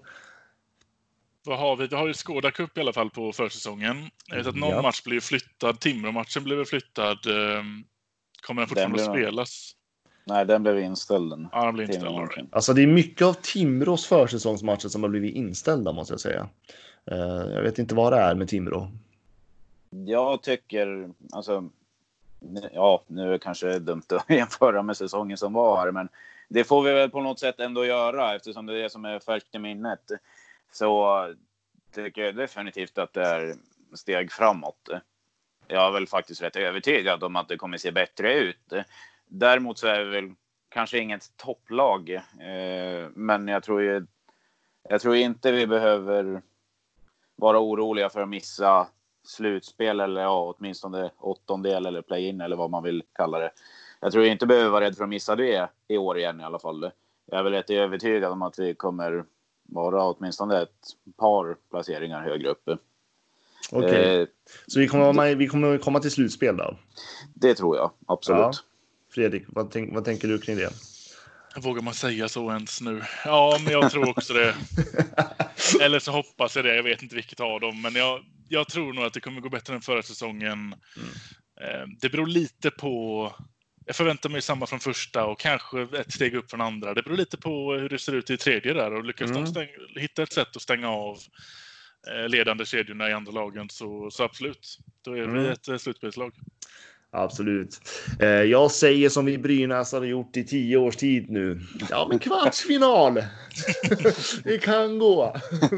Vad har vi? Vi har ju Skåda Cup i alla fall på försäsongen. Jag vet att någon match blir flyttad. Timrå-matchen blev flyttad. Kommer den fortfarande att spelas? Nej, den blev inställd. Ja, den blev inställd. Alltså det är mycket av Timrås försäsongsmatcher som har blivit inställda, måste jag säga. Jag vet inte vad det är med Timrå. Jag tycker, alltså, ja, nu är det kanske dumt att jämföra med säsongen som var här, men det får vi väl på något sätt ändå göra eftersom det är det som är färskt i minnet. Så tycker jag definitivt att det är steg framåt. Jag är väl faktiskt rätt övertygad om att det kommer se bättre ut. Däremot så är det väl kanske inget topplag. Men jag tror inte vi behöver vara oroliga för att missa slutspel eller åtminstone åttondel eller play-in eller vad man vill kalla det. Jag tror inte behöver vara rädd för att missa det i år igen i alla fall. Jag är väl rätt övertygad om att vi kommer vara åtminstone ett par placeringar högre uppe. Okej. Så vi kommer komma till slutspel då? Det tror jag, absolut. Ja. Fredrik, vad tänker du kring det? Vågar man säga så ens nu? Ja, men jag tror också det. Eller så hoppas jag det. Jag vet inte vilket av dem. Men jag tror nog att det kommer gå bättre än förra säsongen. Det beror lite på... Jag förväntar mig samma från första och kanske ett steg upp från andra. Det beror lite på hur det ser ut i tredje där. Och lyckas de hitta ett sätt att stänga av ledande kedjorna i andra lagen så absolut. Då är vi ett slutspelslag. Absolut. Jag säger som vi Brynäs har gjort i 10 års tid nu. Ja, men kvartsfinal. Det kan gå.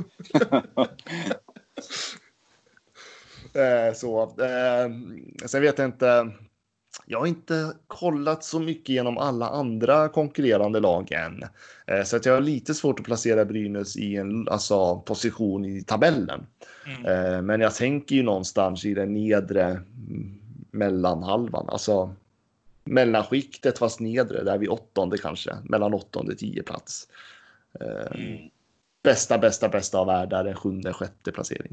Sen vet jag inte. Jag har inte kollat så mycket genom alla andra konkurrerande lag än. Så att jag har lite svårt att placera Brynäs i en position i tabellen. Men jag tänker ju någonstans i den nedre mellanhalvan. Alltså mellanskiktet fast nedre. Där vid 8:e kanske. Mellan 8:e och 10:e plats. Bästa av världar är 7:e, 6:e placering.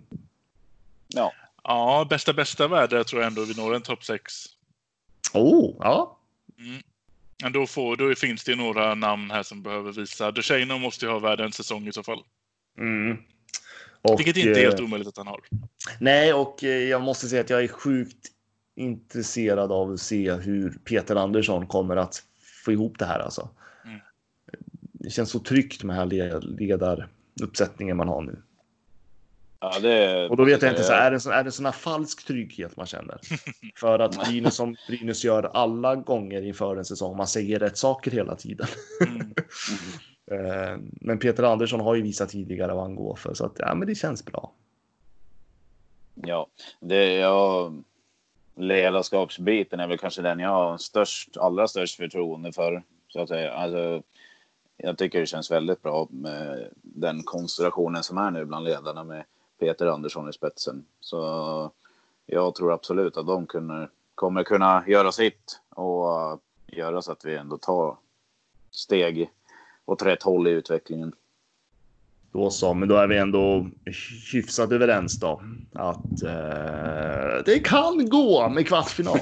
Ja, bästa världar tror jag ändå vi når en topp 6. Ja. Men då finns det några namn här som behöver visa. Duchesne måste ju ha världens säsong i så fall. Vilket inte är helt omöjligt att han har. Nej, och jag måste säga att jag är sjukt intresserad av att se hur Peter Andersson kommer att få ihop det här. Alltså. Det känns så tryggt med här ledaruppsättningen man har nu. Ja, och då vet jag inte, så är det en sån här falsk trygghet man känner. För att Brynäs gör alla gånger inför en säsong. Man säger rätt saker hela tiden. Men Peter Andersson har ju visat tidigare vad han går för. Så att, men det känns bra. Ja, ledarskapsbiten är väl kanske den jag har allra störst förtroende för. Så att säga. Alltså, jag tycker det känns väldigt bra med den konstellationen som är nu bland ledarna med Peter Andersson i spetsen. Så jag tror absolut att de kommer kunna göra sitt och göra så att vi ändå tar steg åt rätt håll i utvecklingen. Men då är vi ändå hyfsat överens då. Att det kan gå med kvartsfinal.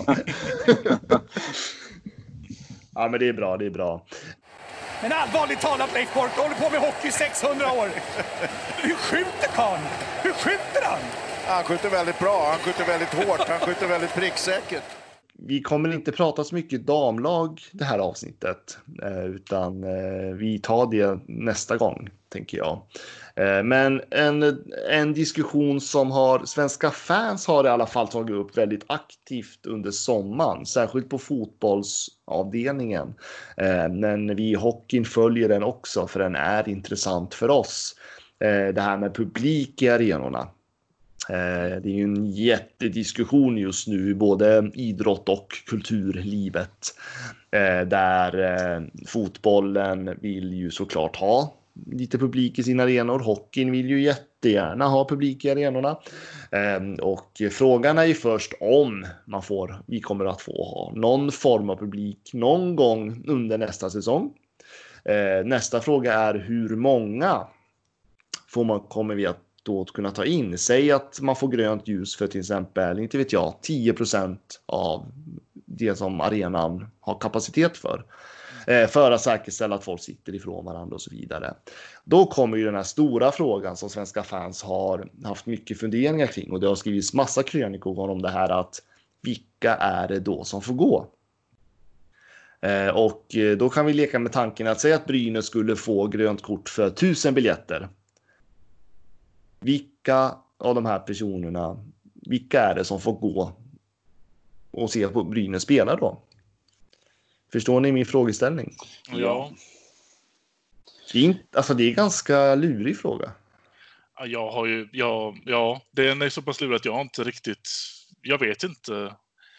Ja, men det är bra. Men allvarligt talat, Leif Boork, håller på med hockey 600 år. Hur skjuter Kahn? Han skjuter väldigt bra, han skjuter väldigt hårt, han skjuter väldigt pricksäkert. vi kommer inte prata så mycket damlag det här avsnittet, utan vi tar det nästa gång, tänker jag. Men en diskussion som svenska fans har i alla fall tagit upp väldigt aktivt under sommaren, särskilt på fotbollsavdelningen. Men vi i hockeyn följer den också, för den är intressant för oss. Det här med publik i arenorna. Det är ju en jättediskussion just nu i både idrott och kulturlivet, där fotbollen vill ju såklart ha lite publik i sina arenor. Hockeyn vill ju jättegärna ha publik i arenorna. Och frågan är ju först om vi kommer att få ha någon form av publik någon gång under nästa säsong. Nästa fråga är hur många kommer vi att då kunna ta in. Säg att man får grönt ljus för till exempel, inte vet jag, 10% av det som arenan har kapacitet för att säkerställa att folk sitter ifrån varandra och så vidare. Då kommer ju den här stora frågan som svenska fans har haft mycket funderingar kring, och det har skrivits massa krönikor om det här, att vilka är det då som får gå? Och då kan vi leka med tanken att säga att Brynäs skulle få grönt kort för 1000 biljetter. Vilka av de här personerna, vilka är det som får gå och se på Brynäs spela då? Förstår ni min frågeställning? Ja. Det är en ganska lurig fråga. Den är så pass lurig att jag inte riktigt, jag vet inte.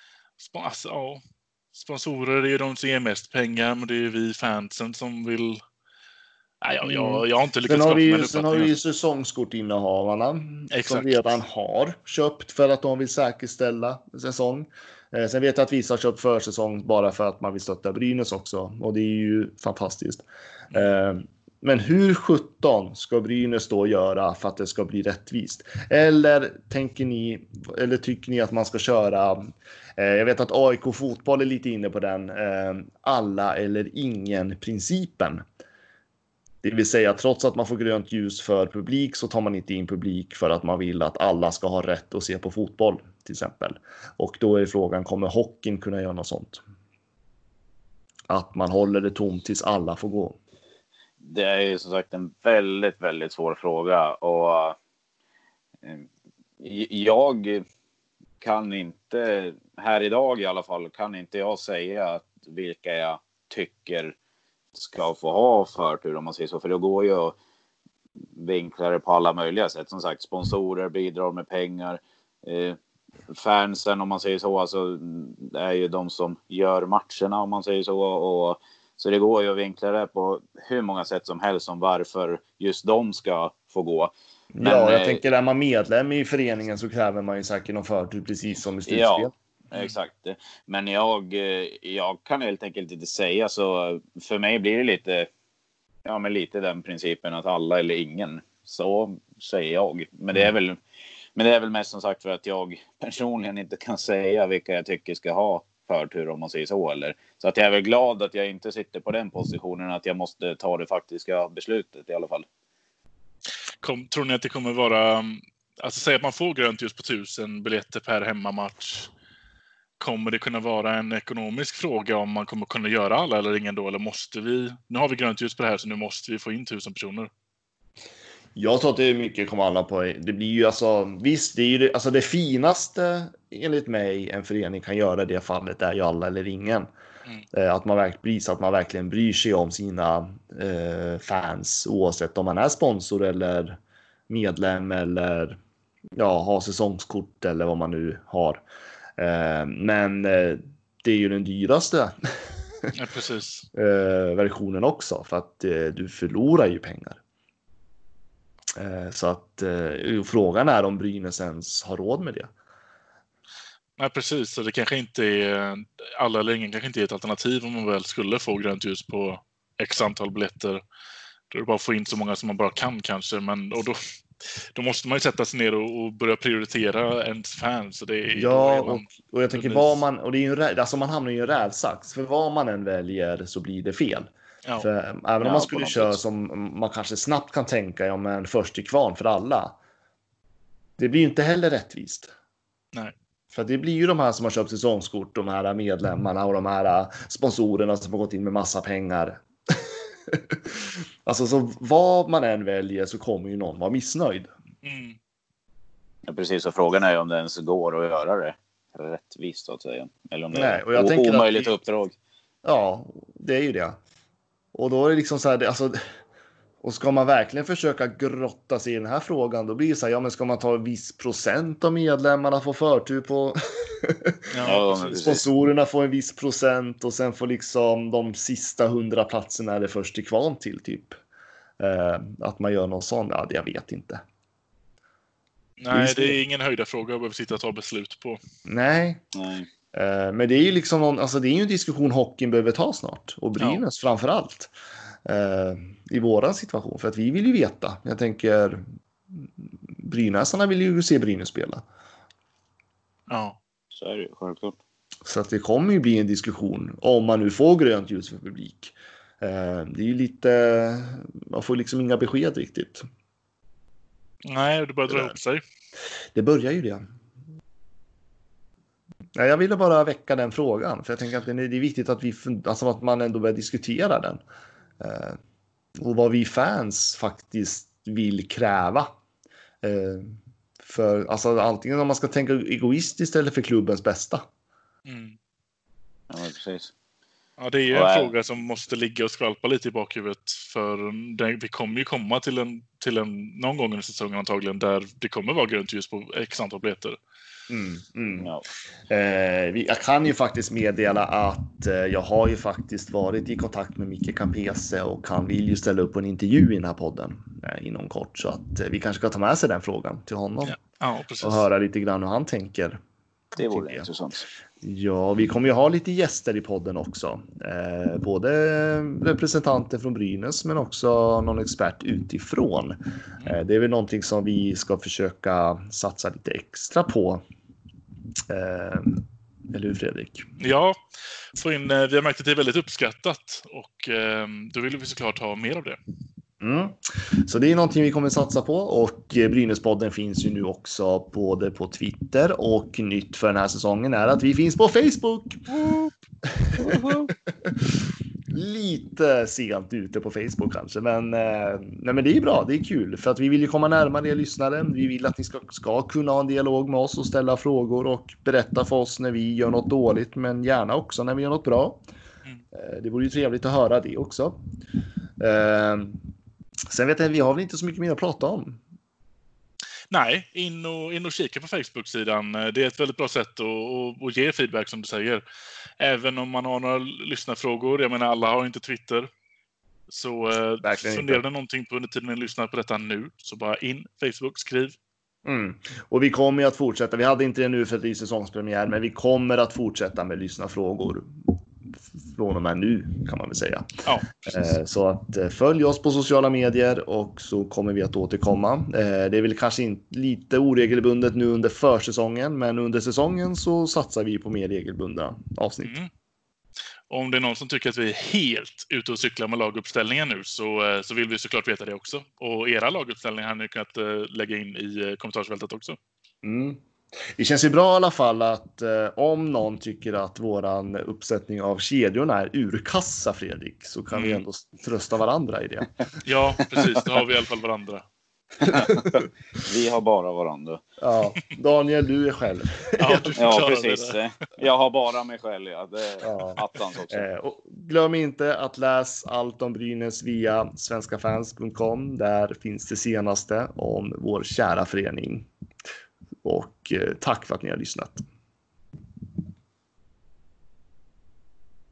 Sponsorer är ju de som ger mest pengar, men det är ju vi fansen som vill. Jag har inte lyckats skapa mig en uppfattning. Sen har vi ju säsongskortinnehavarna som redan har köpt för att de vill säkerställa säsong. Sen vet jag att vissa har köpt försäsong bara för att man vill stötta Brynäs också. Och det är ju fantastiskt. Men hur 17 ska Brynäs då göra för att det ska bli rättvist? Eller tycker ni att man ska köra... jag vet att AIK fotboll är lite inne på den alla eller ingen principen. Det vill säga, trots att man får grönt ljus för publik så tar man inte in publik för att man vill att alla ska ha rätt att se på fotboll, till exempel. Och då är frågan, kommer hockeyn kunna göra något sånt? Att man håller det tomt tills alla får gå. Det är ju som sagt en väldigt, väldigt svår fråga. Och jag kan inte, här idag i alla fall, kan inte jag säga att vilka jag tycker ska få ha förtur, om man säger så, för det går ju att vinkla det på alla möjliga sätt. Som sagt, sponsorer bidrar med pengar, fansen, om man säger så, alltså, det är ju de som gör matcherna, om man säger så, och så det går ju att vinkla det på hur många sätt som helst om varför just de ska få gå. Men, jag tänker, är man medlem i föreningen så kräver man ju säkert någon förtur, precis som i slutspel. Ja. Exakt, men jag kan helt enkelt inte säga, så för mig blir det lite den principen att alla eller ingen, så säger jag. Men det är väl mest som sagt för att jag personligen inte kan säga vilka jag tycker ska ha förtur, om man säger så, eller så att jag är väl glad att jag inte sitter på den positionen att jag måste ta det faktiska beslutet i alla fall. Tror ni att det kommer vara, alltså säg att man får grönt ljus på 1000 biljetter per hemmamatch? Kommer det kunna vara en ekonomisk fråga om man kommer kunna göra alla eller ingen då? Eller måste vi, nu har vi grönt ljus på det här så nu måste vi få in 1000 personer? Jag tror att det är mycket kommer alla på. Det blir ju visst, det är ju det finaste enligt mig en förening kan göra i det fallet är ju alla eller ingen. Att man verkligen bryr sig om sina fans, oavsett om man är sponsor eller medlem eller har säsongskort eller vad man nu har. Men det är ju den dyraste versionen också, för att du förlorar ju pengar. Så att frågan är om Brynäs ens har råd med det. Nej, precis. Så det kanske inte är, alla eller ingen kanske inte är ett alternativ om man väl skulle få grönt ljus på x antal biljetter. Då är det bara att få in så många som man bara kan kanske. Men, och då måste man ju sätta sig ner och börja prioritera ens fans. Så det är, och jag tänker och det är ju alltså man hamnar ju i en rävsax. För vad man än väljer så blir det fel. Ja. För även om man skulle köra som man kanske snabbt kan tänka men först till kvarn för alla. Det blir ju inte heller rättvist. Nej. För det blir ju de här som har köpt säsongskort, de här medlemmarna och de här sponsorerna som har gått in med massa pengar. Alltså så vad man än väljer så kommer ju någon vara missnöjd. Ja, precis, och frågan är om det ens går att göra det rättvist så att säga. Eller om det Nej, och är jag tänker omöjligt uppdrag. Ja, det är ju det. Och då är det liksom så här, alltså, och ska man verkligen försöka grotta sig i den här frågan, då blir det så här, ja men ska man ta en viss procent av medlemmarna få förtur på sponsorerna får en viss procent och sen får liksom de sista 100 platserna är det först till kvarn till typ. Att man gör någon sån, ja det jag vet inte. Nej, det är ingen höjda fråga att behöva sitta och ta beslut på. Nej. Men det är ju liksom alltså det är ju en diskussion hockeyn behöver ta snart. Och Brynäs framför allt. I våran situation. För att vi vill ju veta. Jag tänker Brynäsarna vill ju se Brynäs spela. Ja. Så är det ju, självklart. Så att det kommer ju bli en diskussion om man nu får grönt ljus för publik. Det är ju lite, man får liksom inga besked riktigt. Nej, det börjar dra ihop sig. Det börjar ju det. Ja, jag ville bara väcka den frågan. För jag tänker att det är viktigt att alltså att man ändå börjar diskutera den. Och vad vi fans faktiskt vill kräva. För alltså antingen om man ska tänka egoistiskt eller för klubbens bästa. Ja, precis. Ja, det är ju en fråga som måste ligga och skvalpa lite i bakhuvudet. För vi kommer ju komma till en någon gång under säsongen antagligen där det kommer vara grönt ljus på x antal biljetter. Ja. Jag kan ju faktiskt meddela att jag har ju faktiskt varit i kontakt med Micke Campese och han vill ju ställa upp på en intervju i den här podden inom kort, så att vi kanske ska ta med sig den frågan till honom och höra lite grann hur han tänker. Det vore intressant. Ja, vi kommer ju ha lite gäster i podden också. Både representanter från Brynäs men också någon expert utifrån. Det är väl någonting som vi ska försöka satsa lite extra på. Eller hur Fredrik? Ja, vi har märkt att det är väldigt uppskattat och då vill vi såklart ha mer av det. Så det är någonting vi kommer satsa på, och Brynäspodden finns ju nu också både på Twitter och nytt för den här säsongen är att vi finns på Facebook. Lite sent ute på Facebook kanske, men det är bra, det är kul för att vi vill ju komma närmare er lyssnare. Vi vill att ni ska kunna ha en dialog med oss och ställa frågor och berätta för oss när vi gör något dåligt, men gärna också när vi gör något bra. Det vore ju trevligt att höra det också. Sen vet jag, vi har väl inte så mycket mer att prata om. Nej, in och kika på Facebook-sidan. Det är ett väldigt bra sätt att ge feedback som du säger. Även om man har några lyssnarfrågor. Jag menar, alla har inte Twitter. Så funderar det någonting på under tiden ni lyssnar på detta nu. Så bara in, Facebook, skriv. Och vi kommer ju att fortsätta. Vi hade inte det nu för att det är säsongspremiär, men vi kommer att fortsätta med lyssnarfrågor. Från och med nu kan man väl säga. Ja, så att följ oss på sociala medier och så kommer vi att återkomma. Det är väl kanske lite oregelbundet nu under försäsongen, men under säsongen så satsar vi på mer regelbundna avsnitt. Om det är någon som tycker att vi är helt ute och cyklar med laguppställningen nu så vill vi såklart veta det också. Och era laguppställningar har ni kunnat lägga in i kommentarsfältet också. Det känns ju bra i alla fall att om någon tycker att våran uppsättning av kedjorna är urkassa, Fredrik, så kan vi ändå trösta varandra i det. Ja, precis. Då har vi i alla fall varandra. Vi har bara varandra. Ja, Daniel, du är själv. Ja, precis. Jag har bara mig själv. Ja. Det är attans också. Och glöm inte att läsa allt om Brynäs via svenskafans.com. Där finns det senaste om vår kära förening. Och tack för att ni har lyssnat.